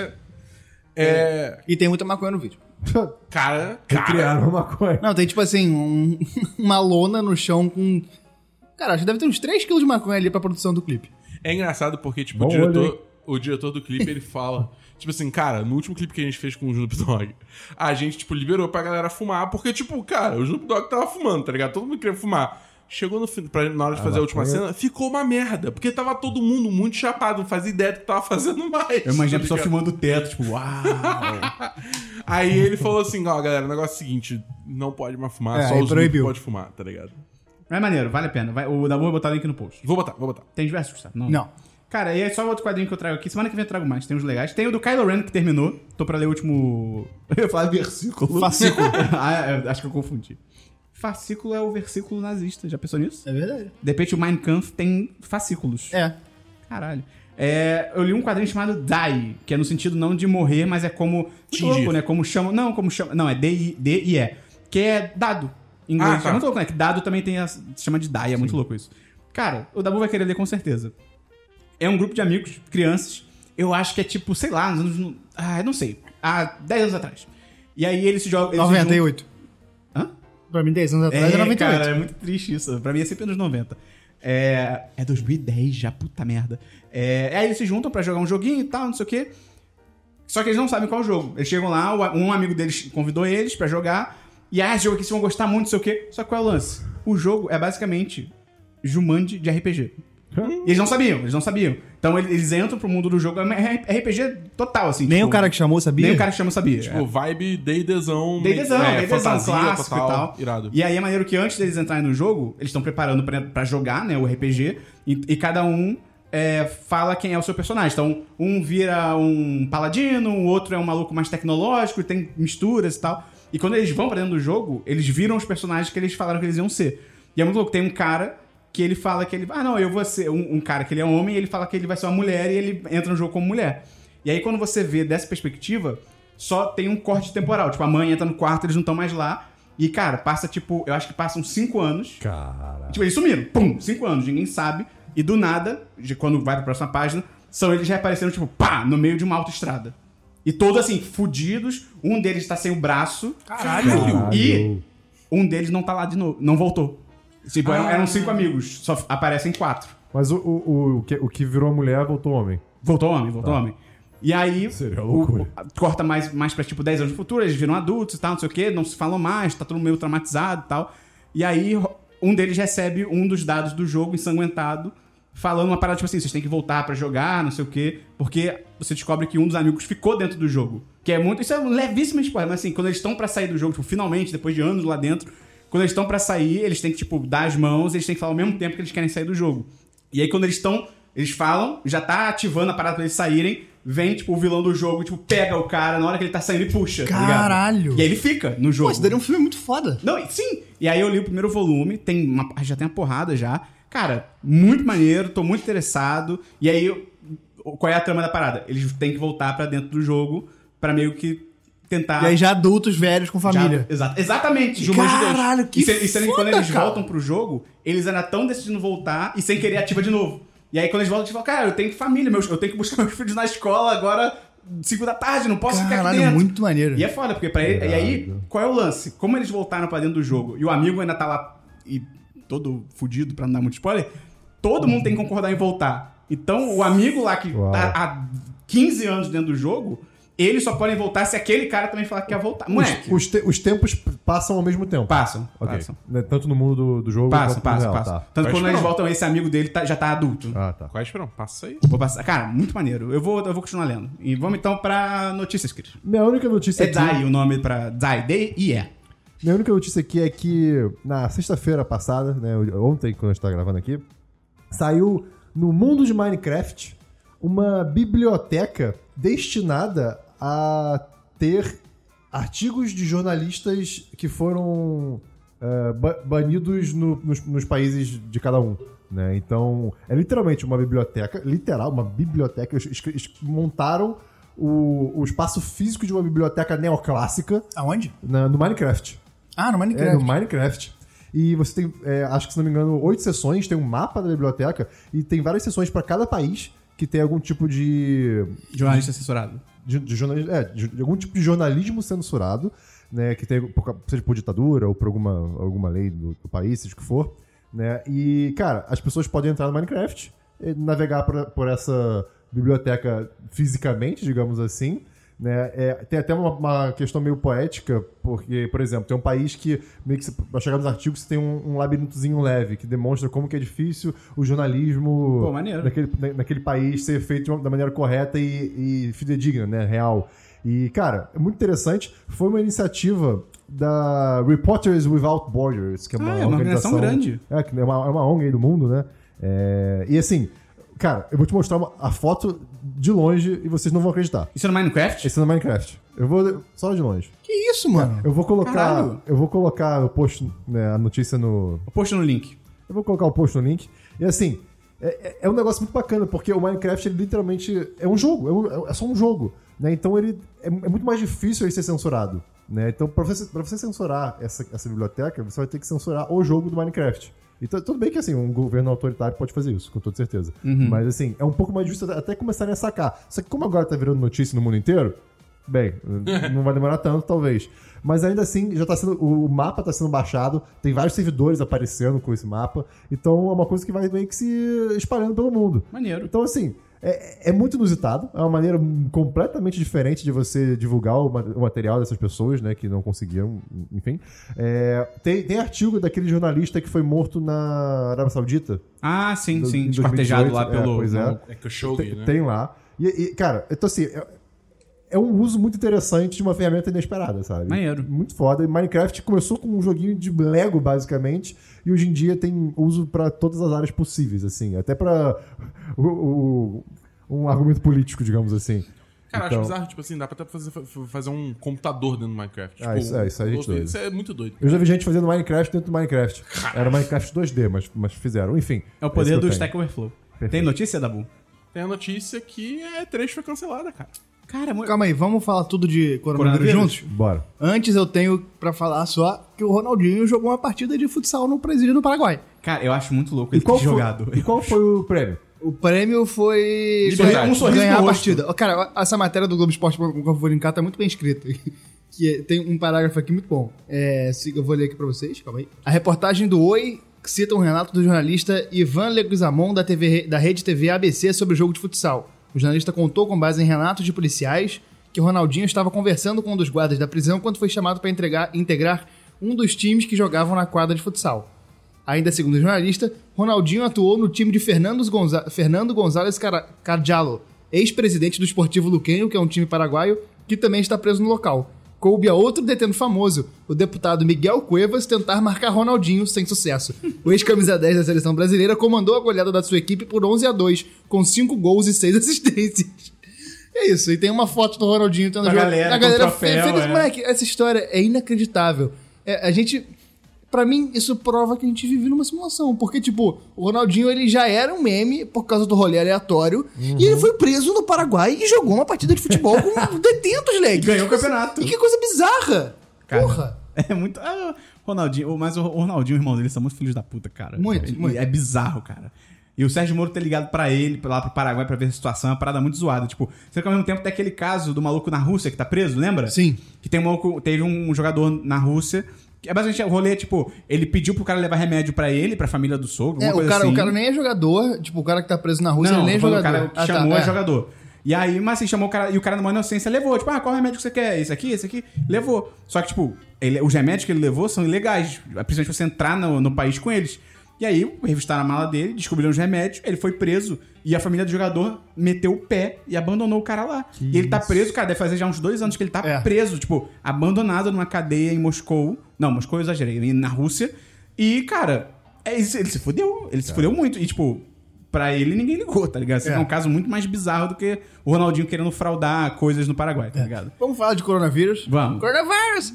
E tem muita maconha no vídeo. Cara, Criaram uma maconha. Não, tem tipo assim, uma lona no chão com... Cara, acho que deve ter uns 3 kg de maconha ali pra produção do clipe. é engraçado porque, tipo, Bom olho, o diretor do clipe, ele fala... Tipo assim, cara, no último clipe que a gente fez com o Snoop Dogg, a gente, tipo, liberou pra galera fumar, porque, tipo, cara, o Snoop Dogg tava fumando, tá ligado? Todo mundo queria fumar. Chegou na hora de fazer a última cena, ficou uma merda, porque tava todo mundo muito chapado, não fazia ideia do que tava fazendo mais. Eu imagino a tá pessoa ligado? filmando o teto, tipo, uau. Aí ele falou assim, ó, galera, o negócio é o seguinte, não pode mais fumar, só aí o Snoop proibiu. pode fumar, tá ligado? É maneiro, vale a pena. O Dabu vai botar o link no post. Vou botar. Tem diversos, Gustavo? Não. Cara, e é só outro quadrinho que eu trago aqui. Semana que vem eu trago mais. Tem uns legais. Tem o do Kylo Ren que terminou. Tô pra ler o último... Eu ia falar versículo. Fascículo. Acho que eu confundi. fascículo é o versículo nazista. Já pensou nisso? É verdade. De repente o Mein Kampf tem fascículos. É. Caralho. Eu li um quadrinho chamado Die, que é no sentido não de morrer, mas é como... Muito louco, né? Como chama... Não, como chama... Não, é D-I-E. Que é dado. Em inglês. Tá. É muito louco, né? Que dado também tem se chama de Die. É muito louco isso. Cara, o Dabu vai querer ler com certeza. É um grupo de amigos, crianças. Eu acho que é tipo, sei lá, nos anos... eu não sei. Há 10 anos atrás. E aí eles se jogam... 98. Hã? Pra mim, 10 anos atrás é 98. Cara, é muito triste isso. Pra mim é sempre anos 90. É 2010 já, puta merda. Aí eles se juntam pra jogar um joguinho e tal, não sei o quê. Só que eles não sabem qual é o jogo. Eles chegam lá, um amigo deles convidou eles pra jogar. E esse jogo aqui vocês vão gostar muito, não sei o quê. Só que qual é o lance? O jogo é basicamente Jumanji de RPG. E eles não sabiam. Então eles entram pro mundo do jogo, é RPG total, assim. Nem o cara que chamou sabia? Nem o cara que chamou sabia. Tipo, vibe D&Dzão. D&Dzão, fantasia clássico total, e tal. Irado. E aí é maneiro que antes deles entrarem no jogo, eles estão preparando pra jogar, né, o RPG, e cada um fala quem é o seu personagem. Então, um vira um paladino, o outro é um maluco mais tecnológico, tem misturas e tal. E quando eles vão pra dentro do jogo, eles viram os personagens que eles falaram que eles iam ser. E é muito louco, tem um cara que ele fala que ele... eu vou ser um cara que ele é homem, e ele fala que ele vai ser uma mulher, e ele entra no jogo como mulher. E aí, quando você vê dessa perspectiva, só tem um corte temporal. Tipo, a mãe entra no quarto, eles não estão mais lá. E, cara, passa, tipo... Eu acho que passam 5 anos. Caralho. Tipo, eles sumiram. Pum! 5 anos. Ninguém sabe. E do nada, quando vai pra próxima página, são eles reaparecendo, tipo, pá! No meio de uma autoestrada. E todos, assim, fudidos. Um deles tá sem o braço. Caralho! E um deles não tá lá de novo. Não voltou. Tipo, eram 5 amigos. Só aparecem 4. Mas o que virou mulher voltou homem. Voltou homem. E aí, Seria loucura. corta mais pra, tipo, 10 anos no futuro, eles viram adultos e tal, não sei o quê, não se falam mais, tá todo meio traumatizado e tal. E aí, um deles recebe um dos dados do jogo ensanguentado, falando uma parada, tipo assim, vocês têm que voltar pra jogar, não sei o quê, porque você descobre que um dos amigos ficou dentro do jogo. Que é muito... Isso é um levíssimo spoiler, mas assim, quando eles estão pra sair do jogo, tipo, finalmente, depois de anos lá dentro, quando eles estão pra sair, eles têm que, tipo, dar as mãos, eles têm que falar ao mesmo tempo que eles querem sair do jogo. E aí, quando eles falam, já tá ativando a parada pra eles saírem, vem, tipo, o vilão do jogo, tipo, pega o cara na hora que ele tá saindo e puxa, tá ligado? Caralho! E aí ele fica no jogo. Pô, isso daí é um filme muito foda. Não, sim! E aí eu li o primeiro volume, já tem uma porrada já. Cara, muito maneiro, tô muito interessado. E aí, qual é a trama da parada? Eles têm que voltar pra dentro do jogo pra meio que tentar... E aí já adultos, velhos, com família. Exatamente. Caralho, que E sendo que quando foda, eles cara. voltam pro jogo, eles ainda estão decidindo voltar e sem querer ativa de novo. E aí quando eles voltam, eles falam, cara, eu tenho família, eu tenho que buscar meus filhos na escola agora 5 da tarde, não posso ficar aqui Caralho, dentro. muito maneiro. E é foda, porque pra ele... E aí, qual é o lance? Como eles voltaram pra dentro do jogo e o amigo ainda tá lá e todo fudido, pra não dar muito spoiler, todo mundo tem que concordar em voltar. Então, o amigo lá que tá há 15 anos dentro do jogo, eles só podem voltar se aquele cara também falar que quer voltar. Moleque. Os tempos passam ao mesmo tempo. Passam. Né, tanto no mundo do jogo Passam. quanto no real. Tá. Tanto Vai quando eles esperar. voltam, esse amigo dele já tá adulto. Ah, tá. Qual é a esperão? Passa aí. Vou passar. Cara, muito maneiro. Eu vou continuar lendo. E vamos então pra notícias, Cris. Minha única notícia É aqui... Dai o nome pra... Dai, D-I-E. Minha única notícia aqui é que na sexta-feira passada, né, ontem, quando a gente tá gravando aqui, saiu no mundo de Minecraft uma biblioteca destinada a ter artigos de jornalistas que foram banidos nos países de cada um. Né? Então, é literalmente uma biblioteca, uma biblioteca. Eles montaram o espaço físico de uma biblioteca neoclássica Aonde? no Minecraft. Ah, no Minecraft. No Minecraft. E você tem, acho que se não me engano, 8 sessões, tem um mapa da biblioteca e tem várias sessões para cada país que tem algum tipo de... Jornalista censurado. De algum tipo de jornalismo censurado, né, que tem, seja por ditadura ou por alguma lei do país, seja o que for, né, e, cara, as pessoas podem entrar no Minecraft, navegar por essa biblioteca fisicamente, digamos assim, né, tem até uma questão meio poética, porque, por exemplo, tem um país que, meio que pra chegar nos artigos, você tem um labirintozinho leve, que demonstra como que é difícil o jornalismo Pô, maneiro. naquele país ser feito da maneira correta e fidedigna, né, real. E, cara, é muito interessante. Foi uma iniciativa da Reporters Without Borders, que é uma organização grande. Que é uma ONG aí do mundo, né? E assim, Cara, eu vou te mostrar a foto de longe e vocês não vão acreditar. Isso é no Minecraft? Esse é no Minecraft. Eu vou... Só de longe. Que isso, mano? Eu vou colocar... Caralho. Eu vou colocar o post, né, a notícia no... Eu posto no link. Eu vou colocar o post no link. E assim, é um negócio muito bacana, porque o Minecraft, ele literalmente é um jogo. É só um jogo. Né? Então ele é muito mais difícil ele ser censurado. Né? Então, pra você censurar essa biblioteca, você vai ter que censurar o jogo do Minecraft. Então, tudo bem que assim, um governo autoritário pode fazer isso, com toda certeza. Mas assim, é um pouco mais difícil até começarem a sacar. Só que como agora tá virando notícia no mundo inteiro, bem, não vai demorar tanto, talvez. Mas ainda assim, já tá sendo. O mapa tá sendo baixado, tem vários servidores aparecendo com esse mapa. Então é uma coisa que vai meio que se espalhando pelo mundo. Maneiro. Então, assim, é muito inusitado. É uma maneira completamente diferente de você divulgar o material dessas pessoas, né? Que não conseguiram, enfim. Tem artigo daquele jornalista que foi morto na Arábia Saudita. Ah, sim, sim. em Esquartejado 2018. lá pelo... Pois é. É Khashoggi, né? Tem lá. E, cara, então assim, é um uso muito interessante de uma ferramenta inesperada, sabe? Maneiro. Muito foda. E Minecraft começou com um joguinho de Lego, basicamente, e hoje em dia tem uso pra todas as áreas possíveis, assim. Até pra um argumento político, digamos assim. Cara, Então- acho bizarro, tipo assim, dá pra até fazer um computador dentro do Minecraft. Ah, Tipo, isso é gente doida. Isso é muito doido. Eu já vi gente fazendo Minecraft dentro do Minecraft. Era Minecraft 2D, mas fizeram. Enfim. É o poder esse que do eu tenho. Stack Overflow. Perfeito. Tem notícia, Dabu? Tem a notícia que a E3 foi cancelada, cara. Cara, muito... Calma aí, vamos falar tudo de coronavírus Coronavírus? juntos? Bora. Antes eu tenho pra falar só que o Ronaldinho jogou uma partida de futsal no presídio no Paraguai. Cara, eu acho muito louco ele ter jogado. E qual foi o prêmio? O prêmio foi Liberdade. Um sorriso ganhar no a rosto. partida. Cara, essa matéria do Globoesporte.com que eu vou linkar tá muito bem escrita. Que tem um parágrafo aqui muito bom. Eu vou ler aqui pra vocês, calma aí. A reportagem do Oi cita um relato do jornalista Ivan Leguizamon da Rede TV ABC sobre o jogo de futsal. O jornalista contou, com base em relatos de policiais, que o Ronaldinho estava conversando com um dos guardas da prisão quando foi chamado para integrar um dos times que jogavam na quadra de futsal. Ainda segundo o jornalista, Ronaldinho atuou no time de Fernando González Cardialo, ex-presidente do Esportivo Luquenho, que é um time paraguaio, que também está preso no local. Coube a outro detento famoso, o deputado Miguel Cuevas, tentar marcar Ronaldinho sem sucesso. O ex-camisa 10 da seleção brasileira comandou a goleada da sua equipe por 11-2, com 5 gols e 6 assistências. É isso, e tem uma foto do Ronaldinho tendo A galera com troféu, feliz. é. Moleque, essa história é inacreditável. A gente... Pra mim, isso prova que a gente vive numa simulação. Porque, tipo, o Ronaldinho, ele já era um meme por causa do rolê aleatório. E ele foi preso no Paraguai e jogou uma partida de futebol com detentos, Leg. Ganhou o campeonato. E que coisa bizarra. Cara, Porra. É muito... Ronaldinho... Mas o Ronaldinho e o irmão dele são muito filhos da puta, cara. Muito, muito. É bizarro, cara. E o Sérgio Moro ter ligado pra ele, lá pro Paraguai, pra ver a situação, é uma parada muito zoada. Tipo, você que ao mesmo tempo tem aquele caso do maluco na Rússia que tá preso, lembra? Sim. Que tem teve um jogador na Rússia... É basicamente o rolê, tipo, ele pediu pro cara levar remédio pra ele, pra família do sogro, alguma coisa assim. O cara nem é jogador. Tipo, o cara que tá preso na Rússia, Não, ele nem é tô falando, jogador. o cara que chamou é jogador. E aí, mas assim, chamou o cara, e o cara numa inocência levou. Tipo, qual remédio que você quer? Esse aqui? Levou. Só que, tipo, os remédios que ele levou são ilegais. Principalmente você entrar no país com eles. E aí, revistaram a mala dele, descobriram os remédios, ele foi preso. E a família do jogador meteu o pé e abandonou o cara lá. E ele tá preso, cara, deve fazer já uns 2 anos que ele tá preso. Tipo, abandonado numa cadeia em Moscou. Não, Moscou eu exagerei, na Rússia. E, cara, ele se fudeu. Ele se fudeu muito. E, tipo, pra ele ninguém ligou, tá ligado? Esse é um caso muito mais bizarro do que o Ronaldinho querendo fraudar coisas no Paraguai, tá ligado? Vamos falar de coronavírus? Vamos. Coronavírus!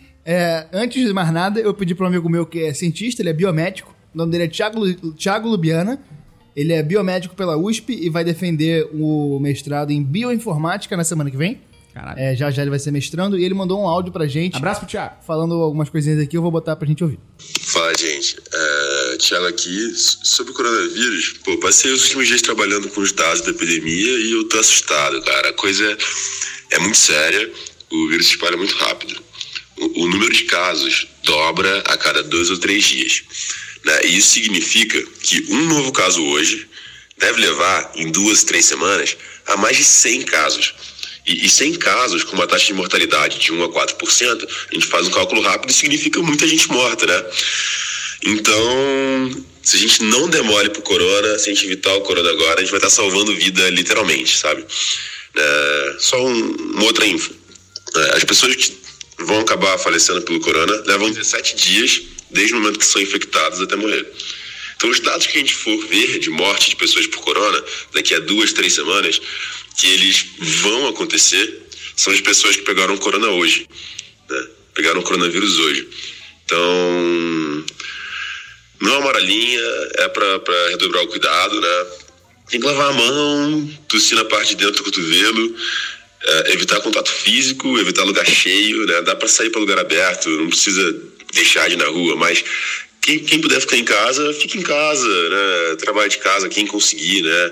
Antes de mais nada, eu pedi para um amigo meu que é cientista, ele é biomédico. O nome dele é Thiago Lubiana. Ele é biomédico pela USP e vai defender o mestrado em bioinformática na semana que vem. Caralho. Já ele vai ser mestrando. E ele mandou um áudio pra gente. Abraço pro Thiago. Falando algumas coisinhas aqui, eu vou botar pra gente ouvir. Fala, gente. Thiago aqui. Sobre o coronavírus, passei os últimos dias trabalhando com os dados da epidemia e eu tô assustado, cara. A coisa é muito séria, o vírus se espalha muito rápido. O número de casos dobra a cada 2 ou 3 dias. Né? E isso significa que um novo caso hoje deve levar, em 2, 3 semanas, a mais de 100 casos. E 100 casos, com uma taxa de mortalidade de 1 a 4%, a gente faz um cálculo rápido e significa muita gente morta, né? Então, se a gente não der mole pro corona, se a gente evitar o corona agora, a gente vai estar salvando vida literalmente, sabe? Só uma outra info. As pessoas que vão acabar falecendo pelo corona levam 17 dias desde o momento que são infectados até morrer. Então, os dados que a gente for ver de morte de pessoas por corona, daqui a 2, 3 semanas, que eles vão acontecer, são de pessoas que pegaram corona hoje, né? Pegaram o coronavírus hoje. Então, não é uma moralinha, é pra redobrar o cuidado, né? Tem que lavar a mão, tossir na parte de dentro do cotovelo, evitar contato físico, evitar lugar cheio, né? Dá pra sair pra lugar aberto, não precisa deixar de ir na rua, mas quem puder ficar em casa, fique em casa, né? Trabalhe de casa, quem conseguir, né?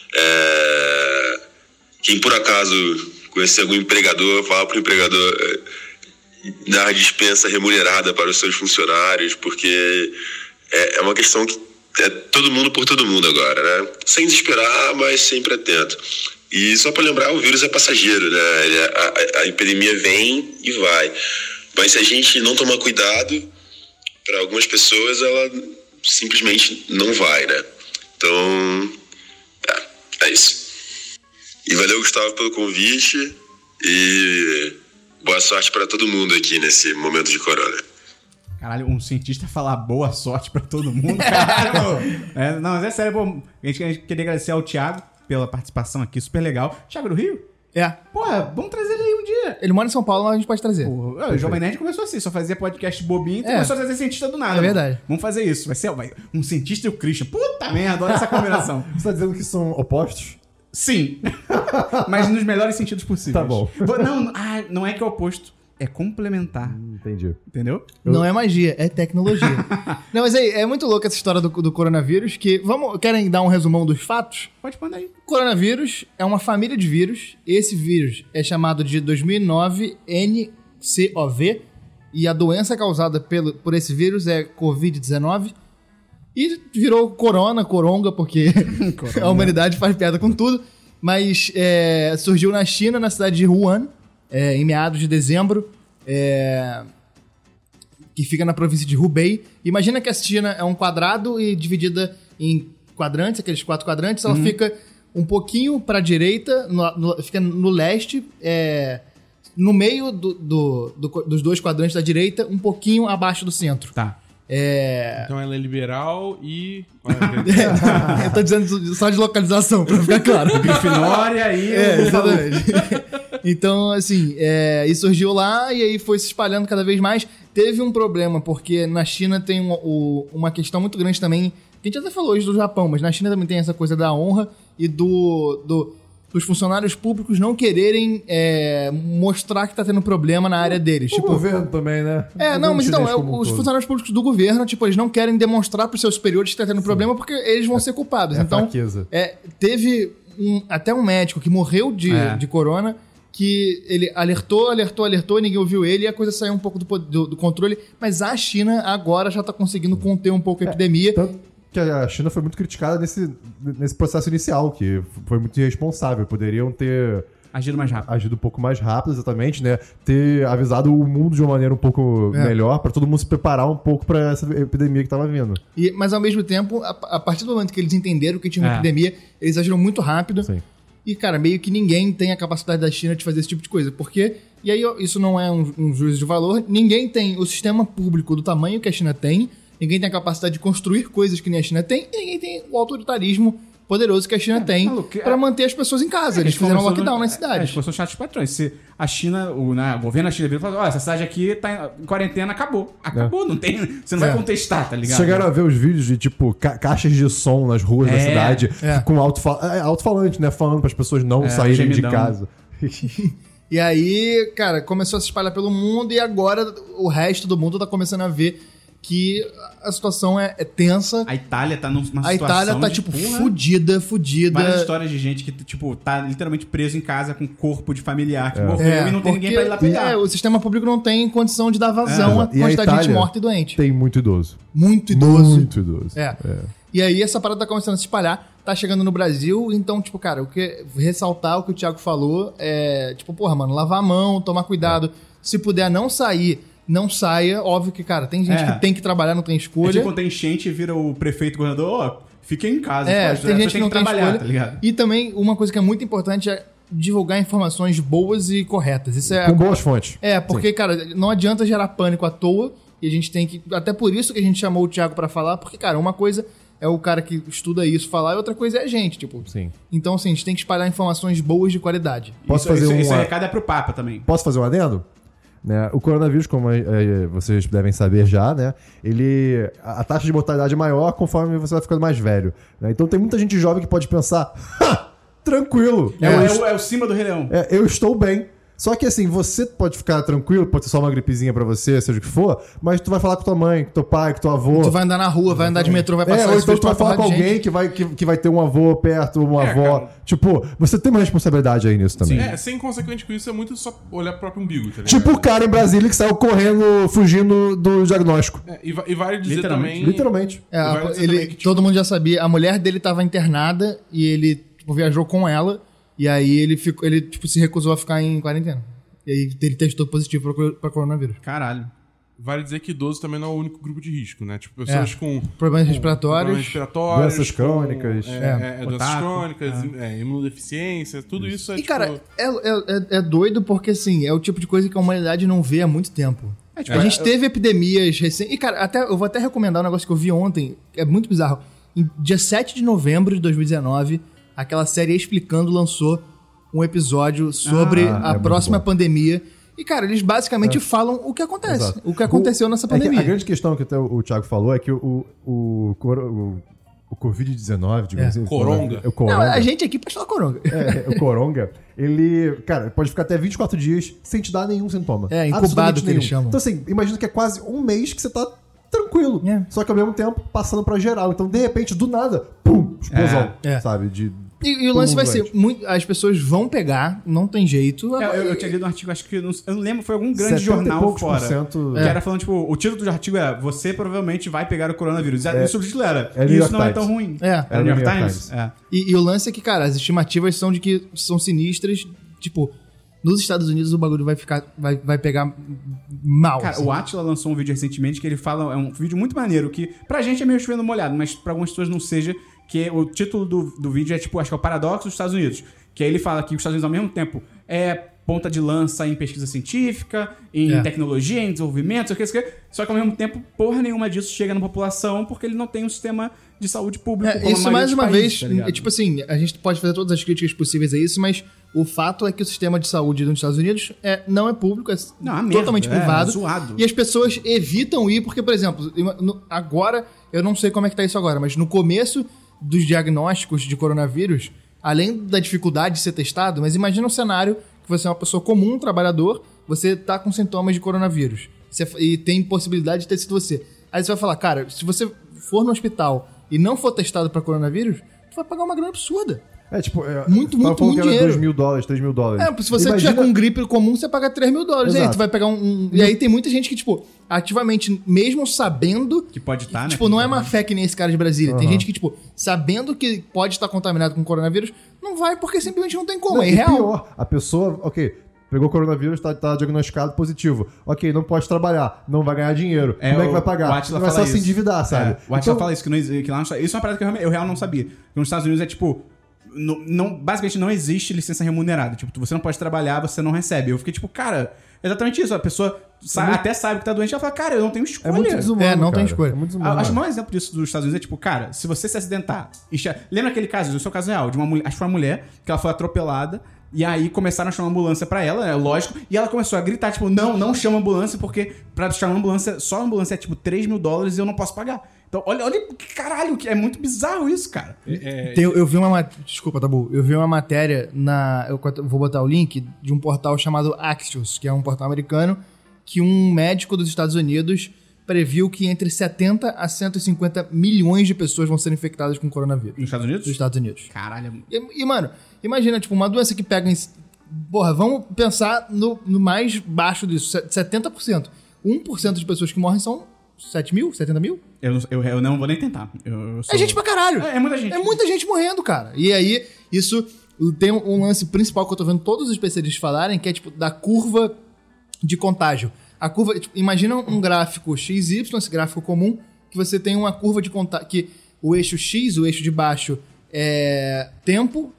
Quem por acaso conhecer algum empregador, fala pro empregador dar dispensa remunerada para os seus funcionários, porque é uma questão que é todo mundo por todo mundo agora, né? Sem desesperar, mas sempre atento. E só para lembrar, o vírus é passageiro, né? A epidemia vem e vai. Mas se a gente não tomar cuidado, para algumas pessoas ela simplesmente não vai, né? Então, é isso. E valeu, Gustavo, pelo convite e boa sorte para todo mundo aqui nesse momento de corona. Caralho, um cientista falar boa sorte pra todo mundo, caralho. Não, mas é sério, pô, a gente queria agradecer ao Thiago pela participação aqui, super legal. Thiago do Rio? Porra, vamos trazer ele aí um dia. Ele mora em São Paulo, mas a gente pode trazer. Porra, o Jovem Nerd começou assim, só fazia podcast bobinho, então começou a trazer cientista do nada. É verdade. Mano. Vamos fazer isso, vai ser um cientista e o Christian. Puta merda, adoro essa combinação. Você tá dizendo que são opostos? Sim, mas nos melhores sentidos possíveis. Tá bom. Não é que é oposto, é complementar. Entendi. Entendeu? Não é magia, é tecnologia. Não, mas aí, é muito louca essa história do coronavírus, que... Querem dar um resumão dos fatos? Pode mandar aí. O coronavírus é uma família de vírus. Esse vírus é chamado de 2009 nCoV, e a doença causada por esse vírus é Covid-19. E virou coronga, porque a humanidade faz piada com tudo. Mas surgiu na China, na cidade de Wuhan, em meados de dezembro, que fica na província de Hubei. Imagina que a China é um quadrado e dividida em quadrantes, aqueles 4 quadrantes. Ela fica um pouquinho para a direita, fica no leste, no meio dos 2 quadrantes da direita, um pouquinho abaixo do centro. Tá. Então ela é liberal e... Eu tô dizendo só de localização, pra ficar claro. Grifinória e... exatamente. Então, assim, e surgiu lá e aí foi se espalhando cada vez mais. Teve um problema, porque na China tem uma questão muito grande também, que a gente até falou hoje do Japão, mas na China também tem essa coisa da honra e dos funcionários públicos não quererem mostrar que tá tendo problema na área deles. O governo também, né? Mas então, os funcionários públicos do governo, eles não querem demonstrar pros seus superiores que tá tendo problema porque eles vão ser culpados. Então, fraqueza. Teve até um médico que morreu de corona, que ele alertou, ninguém ouviu ele e a coisa saiu um pouco do controle. Mas a China agora já tá conseguindo conter um pouco a epidemia. Tanto que a China foi muito criticada nesse processo inicial, que foi muito irresponsável. Poderiam ter agido mais rápido. Agido um pouco mais rápido, exatamente, né? Ter avisado o mundo de uma maneira um pouco melhor, pra todo mundo se preparar um pouco pra essa epidemia que tava vindo. Mas ao mesmo tempo, a partir do momento que eles entenderam que tinha uma epidemia, eles agiram muito rápido. Sim. E, cara, meio que ninguém tem a capacidade da China de fazer esse tipo de coisa. Porque, e aí isso não é um juízo de valor, ninguém tem o sistema público do tamanho que a China tem, ninguém tem a capacidade de construir coisas que nem a China tem, e ninguém tem o autoritarismo poderoso que a China tem pra manter as pessoas em casa. Eles fizeram lockdown nas cidades. As pessoas são chatos patrões. Se a China, o governo da China vira e fala, essa cidade aqui tá em quarentena, acabou. Acabou, não tem... Você não vai contestar, tá ligado? Chegaram a ver os vídeos de, tipo, caixas de som nas ruas da cidade, com alto-falante, né? Falando pras pessoas não saírem de casa. E aí, cara, começou a se espalhar pelo mundo e agora o resto do mundo tá começando a ver que a situação é tensa. A Itália tá numa situação... A Itália tá, tipo, fudida. Várias histórias de gente que, tipo, tá literalmente preso em casa com corpo de familiar que morreu e não tem ninguém pra ir lá pegar. O sistema público não tem condição de dar vazão à quantidade de gente morta e doente. Tem muito idoso. Muito idoso. Muito idoso. E aí essa parada tá começando a se espalhar, tá chegando no Brasil, então, tipo, cara, ressaltar o que o Thiago falou é, tipo, porra, mano, lavar a mão, tomar cuidado. Se puder não sair, não saia. Óbvio que, cara, tem gente que tem que trabalhar, não tem escolha. Tipo, quando tem enchente, vira o prefeito, o governador, fica em casa. Tem gente que não tem trabalhar, escolha. Tá ligado? E também, uma coisa que é muito importante é divulgar informações boas e corretas. Isso é com boas fontes. Porque, cara, não adianta gerar pânico à toa. E a gente tem que... Até por isso que a gente chamou o Thiago pra falar. Porque, cara, uma coisa é o cara que estuda isso falar, e outra coisa é a gente, tipo. Sim. Então, assim, a gente tem que espalhar informações boas de qualidade. Esse recado é pro Papa também. Posso fazer um adendo? Né? O coronavírus, como vocês devem saber já, né? A taxa de mortalidade é maior conforme você vai ficando mais velho. Né? Então tem muita gente jovem que pode pensar, tranquilo. É o cima do Rei Leão. Eu estou bem. Só que assim, você pode ficar tranquilo, pode ser só uma gripezinha pra você, seja o que for, mas tu vai falar com tua mãe, com teu pai, com teu avô. Tu vai andar na rua, vai andar de metrô, vai passar... Ou então tu vai falar com alguém que vai ter um avô perto, uma avó. Cara. Tipo, você tem uma responsabilidade aí nisso também. Sem consequente com isso, é muito só olhar pro próprio umbigo, tá ligado? Tipo o cara em Brasília que saiu correndo, fugindo do diagnóstico. E vale dizer também... Literalmente. Vai dizer também que, tipo, todo mundo já sabia. A mulher dele tava internada e ele tipo, viajou com ela. E aí ele tipo, se recusou a ficar em quarentena. E aí ele testou positivo pra coronavírus. Caralho. Vale dizer que idoso também não é o único grupo de risco, né? Tipo, pessoas com... Problemas respiratórios. Doenças crônicas. Doenças crônicas, imunodeficiência, tudo isso é, E, cara, é doido porque, assim, é o tipo de coisa que a humanidade não vê há muito tempo. A gente teve epidemias recentes... E, cara, eu vou até recomendar um negócio que eu vi ontem, que é muito bizarro. Em dia 7 de novembro de 2019, aquela série Explicando lançou um episódio sobre a próxima pandemia. E, cara, eles basicamente falam o que acontece. Exato. O que aconteceu nessa pandemia. A grande questão que até o Thiago falou é que o Covid-19, digamos assim... Coronga. O Coronga. Não, a gente aqui pode falar coronga. O Coronga, ele, cara, pode ficar até 24 dias sem te dar nenhum sintoma. Incubado Absolutamente que eles chamam. Então, assim, imagina que é quase um mês que você tá tranquilo. Só que ao mesmo tempo passando pra geral. Então, de repente, do nada, pum, explosão, sabe? E o lance vai ser, as pessoas vão pegar, não tem jeito. Eu tinha lido um artigo, acho que, eu não lembro, foi algum grande jornal fora. Que era falando, tipo, o título do artigo era você provavelmente vai pegar o coronavírus. E o subtítulo era, isso não é tão ruim. Era o New York Times? E o lance é que, cara, as estimativas são de que são sinistras, tipo... Nos Estados Unidos o bagulho vai pegar mal. Cara, assim. o Atila lançou um vídeo recentemente que ele fala, é um vídeo muito maneiro, que pra gente é meio chovendo molhado, mas pra algumas pessoas não seja, que o título do vídeo é tipo, acho que é o paradoxo dos Estados Unidos. Que aí ele fala que os Estados Unidos ao mesmo tempo é ponta de lança em pesquisa científica, em tecnologia, em desenvolvimento, só que ao mesmo tempo porra nenhuma disso chega na população porque ele não tem um sistema de saúde público. Isso mais uma vez, tipo assim, a gente pode fazer todas as críticas possíveis a isso, mas o fato é que o sistema de saúde dos Estados Unidos não é público, é totalmente privado. Zoado. E as pessoas evitam ir porque, por exemplo, agora, eu não sei como é que tá isso agora, mas no começo dos diagnósticos de coronavírus, além da dificuldade de ser testado, mas imagina um cenário que você é uma pessoa comum, um trabalhador, você tá com sintomas de coronavírus e tem possibilidade de ter sido você. Aí você vai falar, cara, se você for no hospital e não for testado pra coronavírus, tu vai pagar uma grana absurda. Muito dinheiro. $2.000, $3.000. Se você tiver com gripe comum, você paga $3.000. Exato. E aí tu vai pegar E aí tem muita gente que, tipo, ativamente, mesmo sabendo... Que pode estar, né? Tipo, não é má fé que nem esse cara de Brasília. Tem gente que, tipo, sabendo que pode estar contaminado com coronavírus, não vai porque simplesmente não tem como. É real. Pior, a pessoa, pegou coronavírus, tá diagnosticado positivo. Ok, não pode trabalhar, não vai ganhar dinheiro. Como é que vai pagar? O Atila vai fala só se endividar, sabe? O Atila fala isso, que lá isso é uma parada que eu real não sabia. Porque nos Estados Unidos é tipo... basicamente não existe licença remunerada. Tipo, você não pode trabalhar, você não recebe. Eu fiquei tipo, cara, exatamente isso. A pessoa até sabe que tá doente, ela fala, cara, eu não tenho escolha. É muito desumano, não tem escolha. É muito desumano. Acho que o maior exemplo disso dos Estados Unidos é tipo, cara, se você se acidentar... Lembra aquele caso, o seu caso real, de uma mulher, acho que foi uma mulher, que ela foi atropelada, e aí começaram a chamar a ambulância pra ela, é lógico, e ela começou a gritar, tipo, não chama a ambulância, porque pra chamar a ambulância, só a ambulância é tipo $3.000 e eu não posso pagar. Então, olha que caralho, que é muito bizarro isso, cara. Eu vi uma... Desculpa, Tabu. Eu vi uma matéria eu vou botar o link de um portal chamado Axios, que é um portal americano, que um médico dos Estados Unidos previu que entre 70 a 150 milhões de pessoas vão ser infectadas com coronavírus. Nos Estados Unidos? Nos Estados Unidos. Caralho. E mano, imagina, tipo, uma doença que pega... Porra, vamos pensar no mais baixo disso. 70%. 1% de pessoas que morrem são 7 mil? 70 mil? Eu não vou nem tentar. É gente pra caralho. É muita gente. É muita gente morrendo, cara. E aí, isso tem um lance principal que eu tô vendo todos os especialistas falarem, que é, tipo, da curva de contágio. A curva... Tipo, imagina um gráfico XY, esse gráfico comum, que você tem uma curva de contágio... Que o eixo X, o eixo de baixo, é tempo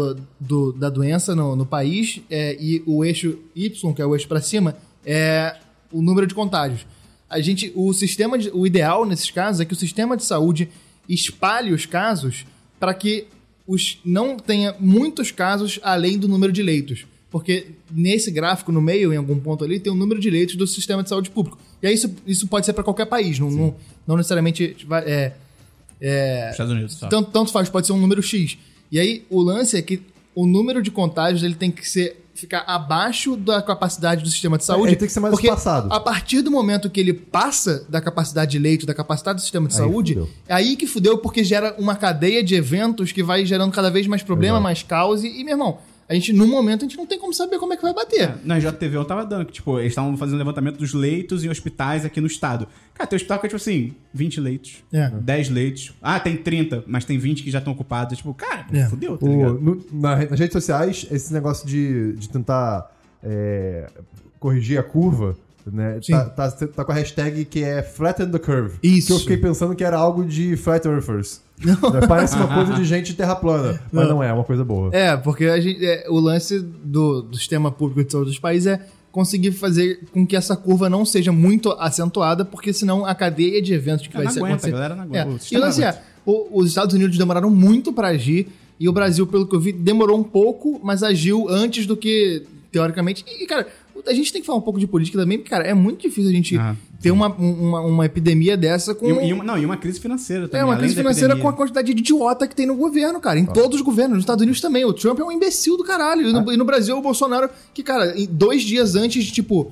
da doença no país, e o eixo Y, que é o eixo pra cima, é o número de contágios. O ideal nesses casos é que o sistema de saúde espalhe os casos para que não tenha muitos casos além do número de leitos. Porque nesse gráfico, no meio, em algum ponto ali, tem o número de leitos do sistema de saúde público. E aí isso pode ser para qualquer país, não necessariamente... Estados Unidos, só. Tanto faz, pode ser um número X. E aí o lance é que o número de contágios ele tem que ficar abaixo da capacidade do sistema de saúde. Ele tem que ser mais espaçado. A partir do momento que ele passa da capacidade de leito, da capacidade do sistema de saúde, fudeu. é aí que fudeu, porque gera uma cadeia de eventos que vai gerando cada vez mais problema, Exato. mais caos. E, meu irmão, no momento, a gente não tem como saber como é que vai bater. Na JTV eu tava dando, que, tipo, eles estavam fazendo levantamento dos leitos em hospitais aqui no estado. Cara, tem hospital que é, tipo assim, 20 leitos, 10 leitos. Ah, tem 30, mas tem 20 que já estão ocupados. Tipo, cara, fudeu, tá ligado? Nas redes sociais, esse negócio de tentar corrigir a curva, né? Tá com a hashtag que é Flatten the Curve. Isso. Que eu fiquei pensando que era algo de Flat Earthers. Né? Parece uma coisa de gente terra plana, mas não é uma coisa boa. Porque o lance do sistema público de saúde dos países é conseguir fazer com que essa curva não seja muito acentuada, porque senão a cadeia de eventos que vai ser acontecer... A galera não aguenta. E o lance os Estados Unidos demoraram muito para agir, e o Brasil, pelo que eu vi, demorou um pouco, mas agiu antes do que, teoricamente... E, cara, a gente tem que falar um pouco de política também, porque, cara, é muito difícil a gente ter uma epidemia dessa com... E uma crise financeira também. Uma crise financeira com a quantidade de idiota que tem no governo, cara. Em todos os governos. Nos Estados Unidos também. O Trump é um imbecil do caralho. E no Brasil, o Bolsonaro, que, cara, 2 dias antes, tipo...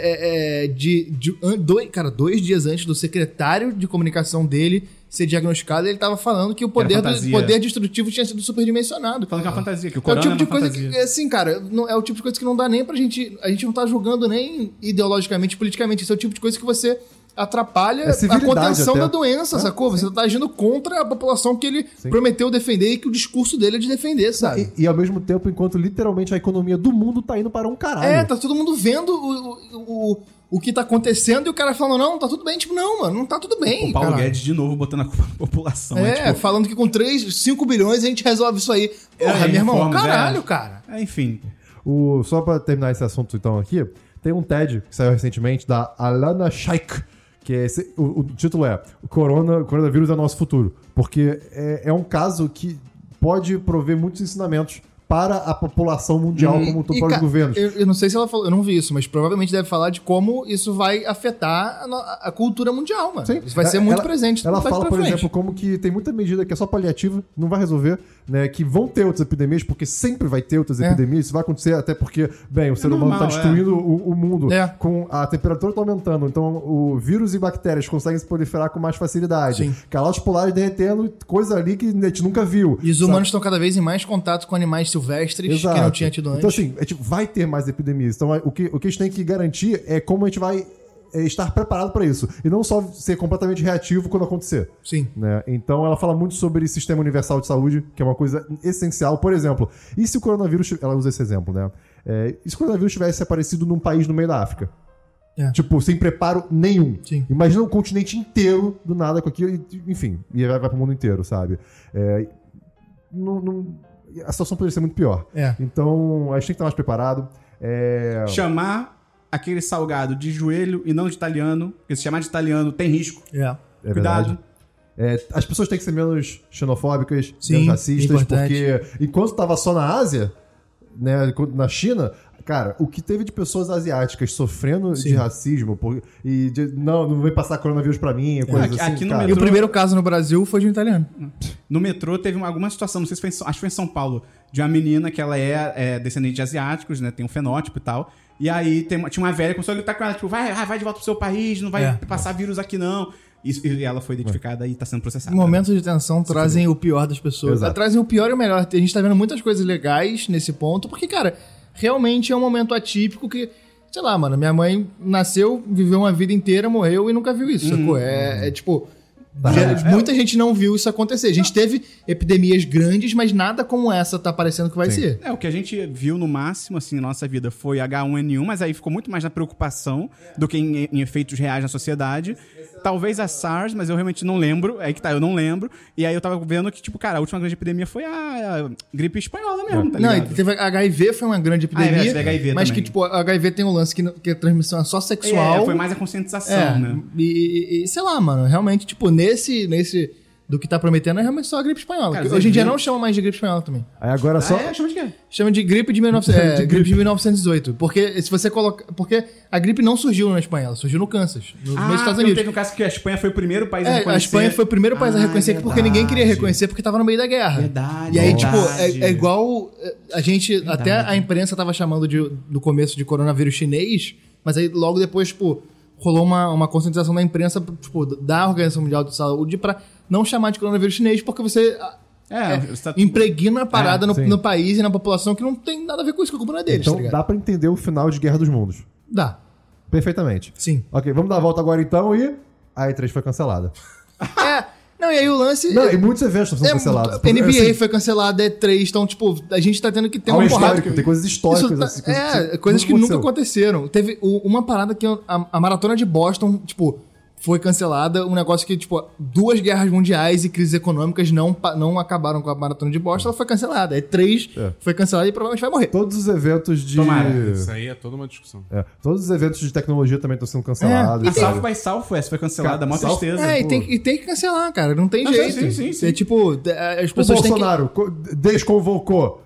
2 dias antes do secretário de comunicação dele ser diagnosticado, ele tava falando que o poder destrutivo tinha sido superdimensionado. Falando que é uma fantasia, que o É o corona tipo de uma coisa fantasia. que, assim, cara, é o tipo de coisa que não dá nem pra gente... A gente não tá julgando nem ideologicamente, politicamente. Isso é o tipo de coisa que você atrapalha a contenção da doença, sacou? Você tá agindo contra a população que ele prometeu defender e que o discurso dele é de defender, sabe? E ao mesmo tempo, enquanto literalmente a economia do mundo tá indo para um caralho. Tá todo mundo vendo o que tá acontecendo e o cara falando, não, tá tudo bem. Tipo, não, mano, não tá tudo bem. O Paulo caralho. Guedes de novo botando a culpa na população. Falando que com 5 bilhões a gente resolve isso aí. Porra, meu irmão, caralho, cara. Enfim. Só pra terminar esse assunto então aqui, tem um TED que saiu recentemente da Alana Shaikh, que o título é O Coronavírus é o Nosso Futuro. Porque é um caso que pode prover muitos ensinamentos para a população mundial como um todo, para os governos. Eu não sei se ela falou, eu não vi isso, mas provavelmente deve falar de como isso vai afetar a cultura mundial, mano. Sim. Isso vai ser muito presente. Ela fala, por exemplo, como que tem muita medida que é só paliativa, não vai resolver, né? Que vão ter outras epidemias, porque sempre vai ter outras epidemias. Isso vai acontecer até porque, bem, o ser humano está destruindo o mundo. Com a temperatura tá aumentando. Então, o vírus e bactérias conseguem se proliferar com mais facilidade. Sim. Calotes polares derretendo, coisa ali que a gente nunca viu. E os humanos estão cada vez em mais contato com animais silvestres que não tinha tido antes. Então, assim, a gente vai ter mais epidemias. Então, o que a gente tem que garantir é como a gente vai estar preparado para isso. E não só ser completamente reativo quando acontecer. Sim. Né? Então, ela fala muito sobre Sistema Universal de Saúde, que é uma coisa essencial. Por exemplo, e se o coronavírus... Ela usa esse exemplo, né? E se o coronavírus tivesse aparecido num país no meio da África? Tipo, sem preparo nenhum. Sim. Imagina um continente inteiro do nada com aquilo. Enfim, e vai pro mundo inteiro, sabe? A situação poderia ser muito pior. Então, a gente tem que estar mais preparado. Chamar aquele salgado de joelho e não de italiano, porque se chamar de italiano tem risco. Cuidado. As pessoas têm que ser menos xenofóbicas, Sim, menos racistas, importante. porque enquanto estava só na Ásia, né, na China, cara, o que teve de pessoas asiáticas sofrendo de racismo não vem passar coronavírus pra mim, coisas assim, aqui no cara. E o primeiro caso no Brasil foi de um italiano. No metrô teve alguma situação, não sei se foi acho que foi em São Paulo, de uma menina que ela é descendente de asiáticos, né? Tem um fenótipo e tal. E aí tinha uma velha que começou a gritar com ela, tipo, vai de volta pro seu país, não vai passar vírus aqui não. E ela foi identificada e tá sendo processada. Momentos de tensão trazem o pior das pessoas. Exato. Trazem o pior e o melhor. A gente tá vendo muitas coisas legais nesse ponto, porque, cara, realmente é um momento atípico que, sei lá, mano, minha mãe nasceu, viveu uma vida inteira, morreu e nunca viu isso, sacou? Tipo... muita gente não viu isso acontecer. A gente teve epidemias grandes, mas nada como essa tá parecendo que vai ser. O que a gente viu no máximo, assim, na nossa vida foi H1N1, mas aí ficou muito mais na preocupação do que em efeitos reais na sociedade. Talvez a SARS, mas eu realmente não lembro. É que tá, eu não lembro. E aí eu tava vendo que, tipo, cara, a última grande epidemia foi a gripe espanhola mesmo, tá Não, ligado? e teve HIV, foi uma grande epidemia. teve HIV mas também. que, tipo, a HIV tem um lance que a transmissão é só sexual. Foi mais a conscientização, né? E sei lá, mano, realmente, tipo, do que tá prometendo é realmente só a gripe espanhola. Cara, Hoje em dia não chama mais de gripe espanhola também. Aí agora só... Chama de quê? Chama de gripe de, gripe de 1918. Porque se você coloca... Porque a gripe não surgiu na Espanha, ela surgiu no Kansas, nos Estados Unidos. Teve um caso que a Espanha foi o primeiro país a reconhecer. A Espanha foi o primeiro país a reconhecer porque ninguém queria reconhecer porque tava no meio da guerra. Verdade. E aí, Verdade. tipo, é igual... A gente... Até a imprensa tava chamando do começo de coronavírus chinês, mas aí logo depois, tipo... Rolou uma conscientização da imprensa, tipo, da Organização Mundial de Saúde pra não chamar de coronavírus chinês, porque você impregna a parada no país e na população que não tem nada a ver com isso, que a culpa não é deles, Então tá ligado? dá pra entender o final de Guerra dos Mundos. Dá. Perfeitamente. Sim. Ok, vamos dar a volta agora então e... A E3 foi cancelada. Não, e aí o lance... Não, e muitos eventos foram cancelados. A NBA Assim, foi cancelada, E3, então, tipo, a gente tá tendo que ter há uma porrada. histórico, tem coisas históricas. Isso tá- assim, coisas que nunca aconteceram. Teve uma parada que a maratona de Boston, tipo, foi cancelada. Um negócio que, tipo, 2 guerras mundiais e crises econômicas não acabaram com a maratona de Boston, ela foi cancelada. E3 foi cancelada e provavelmente vai morrer. Todos os eventos de... Tomara. Isso aí é toda uma discussão. Todos os eventos de tecnologia também estão sendo cancelados. A South by Southwest foi cancelada, mó South- tristeza. E tem que cancelar, cara. Não tem Não, jeito. sim. É tipo, as O pessoas têm que... Bolsonaro desconvocou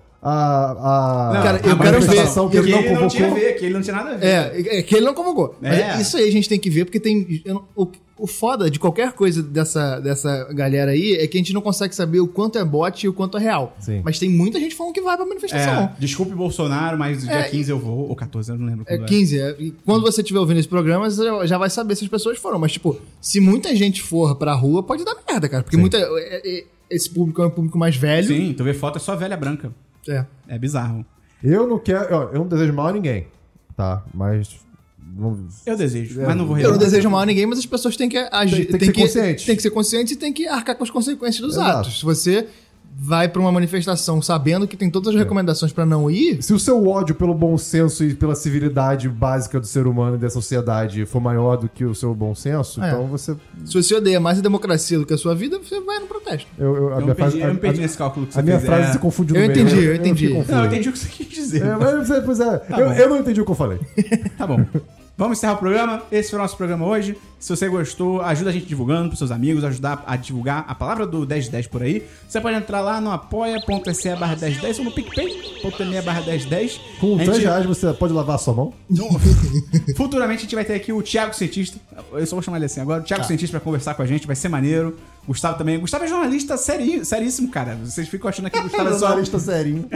a Cara, eu quero ver- manifestação que ele não ele não tinha a convocou. ver, que ele não tinha nada a ver. É que ele não convocou. É. Mas isso aí a gente tem que ver, porque tem... O foda de qualquer coisa dessa galera aí é que a gente não consegue saber o quanto é bot e o quanto é real. Sim. Mas tem muita gente falando que vai pra manifestação. Desculpe, Bolsonaro, mas dia 15 eu vou, ou 14, eu não lembro. É quando 15. E quando você estiver ouvindo esse programa, você já vai saber se as pessoas foram. Mas, tipo, se muita gente for pra rua, pode dar merda, cara. Porque esse público é um público mais velho. Sim, tu vê foto, é só velha branca. É bizarro. Eu não quero... Eu não desejo mal a ninguém, tá? Mas... Eu desejo, mas não vou Eu revelar. não desejo mal a ninguém, mas as pessoas têm que agir. Tem que ser conscientes. Tem que ser conscientes e tem que arcar com as consequências dos Exato. atos. Se você vai pra uma manifestação sabendo que tem todas as recomendações pra não ir... Se o seu ódio pelo bom senso e pela civilidade básica do ser humano e da sociedade for maior do que o seu bom senso, então você... Se você odeia mais a democracia do que a sua vida, você vai no protesto. Eu me perdi nesse cálculo que você A minha fez. frase se confundiu no Eu meio. entendi, eu entendi. fiquei confuso. Não, eu entendi o que você quis dizer. Pois é. Eu não entendi o que eu falei. Tá bom. Vamos encerrar o programa. Esse foi o nosso programa hoje. Se você gostou, ajuda a gente divulgando pros seus amigos, ajudar a divulgar a palavra do 1010 por aí. Você pode entrar lá no apoia.se/1010 ou no picpay.me/1010. Com R$3 você pode lavar a sua mão? Futuramente a gente vai ter aqui o Thiago Cientista. Eu só vou chamar ele assim agora. O Thiago Cientista pra conversar com a gente, vai ser maneiro. Gustavo também. Gustavo é jornalista seríssimo, cara. Vocês ficam achando que o Gustavo é só... Jornalista serinho.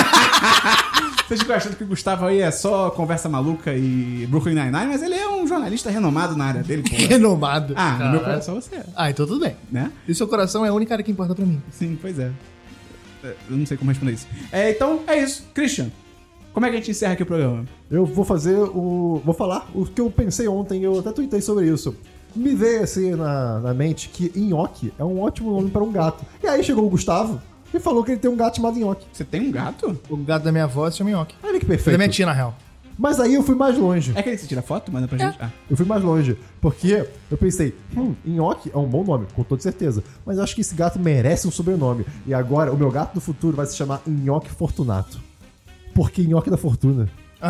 Vocês ficam achando que o Gustavo aí é só conversa maluca e Brooklyn Nine-Nine, mas ele é um jornalista renomado na área dele, pô. Renomado. Ah, no Caralho. meu coração você é, Então tudo bem. né? E seu coração é a única cara que importa pra mim. Sim, pois é. Eu não sei como responder isso. Então, é isso. Christian, como é que a gente encerra aqui o programa? Eu vou vou falar o que eu pensei ontem, eu até tuitei sobre isso. Me veio assim na mente que nhoque é um ótimo nome para um gato. E aí chegou o Gustavo e falou que ele tem um gato chamado Nhoque. Você tem um gato? O gato da minha avó se chama Nhoque. Olha que Da perfeito. minha tia, na real. Mas aí eu fui mais longe. É aquele que você tira foto? Manda pra gente? Ah. Eu fui mais longe, porque eu pensei, Nhoque é um bom nome, com toda certeza. Mas eu acho que esse gato merece um sobrenome. E agora, o meu gato do futuro vai se chamar Nhoque Fortunato. Porque Nhoque da Fortuna.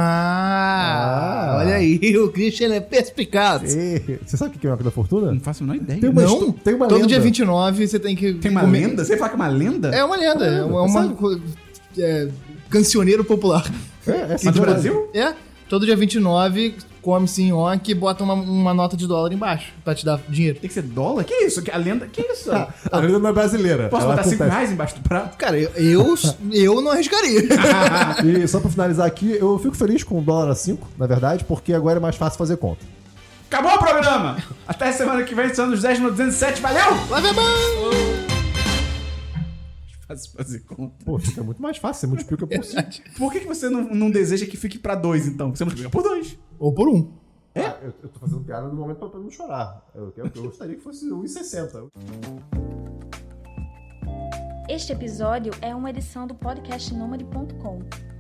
Olha aí, o Christian é perspicaz. Você sabe o que é Nhoque da Fortuna? Não faço a menor ideia. Tem uma Não, tem uma todo lenda. dia 29 você tem que... Tem uma comer- lenda? Você ia falar que é uma lenda? É uma lenda, é uma sabe? cancioneiro popular. É Mas do Brasil? Todo dia 29 come-se nhoque e bota uma nota de dólar embaixo pra te dar dinheiro. Tem que ser dólar? Que isso? A lenda? Que isso? A lenda não é brasileira. Posso Ela botar acontece. R$5 embaixo do prato? Cara, eu não arriscaria. E só pra finalizar aqui, eu fico feliz com o dólar a 5, na verdade, porque agora é mais fácil fazer conta. Acabou o programa! Até semana que vem, são os 10 no 207. Valeu! Vai ver bom! Fazer conta. Pô, fica muito mais fácil, você multiplica por 5. Por que você não deseja que fique pra 2, então? Você multiplica por 2. Ou por 1. Eu tô fazendo piada no momento pra não chorar. Eu gostaria que fosse 1,60. Este episódio é uma edição do podcastnomad.com.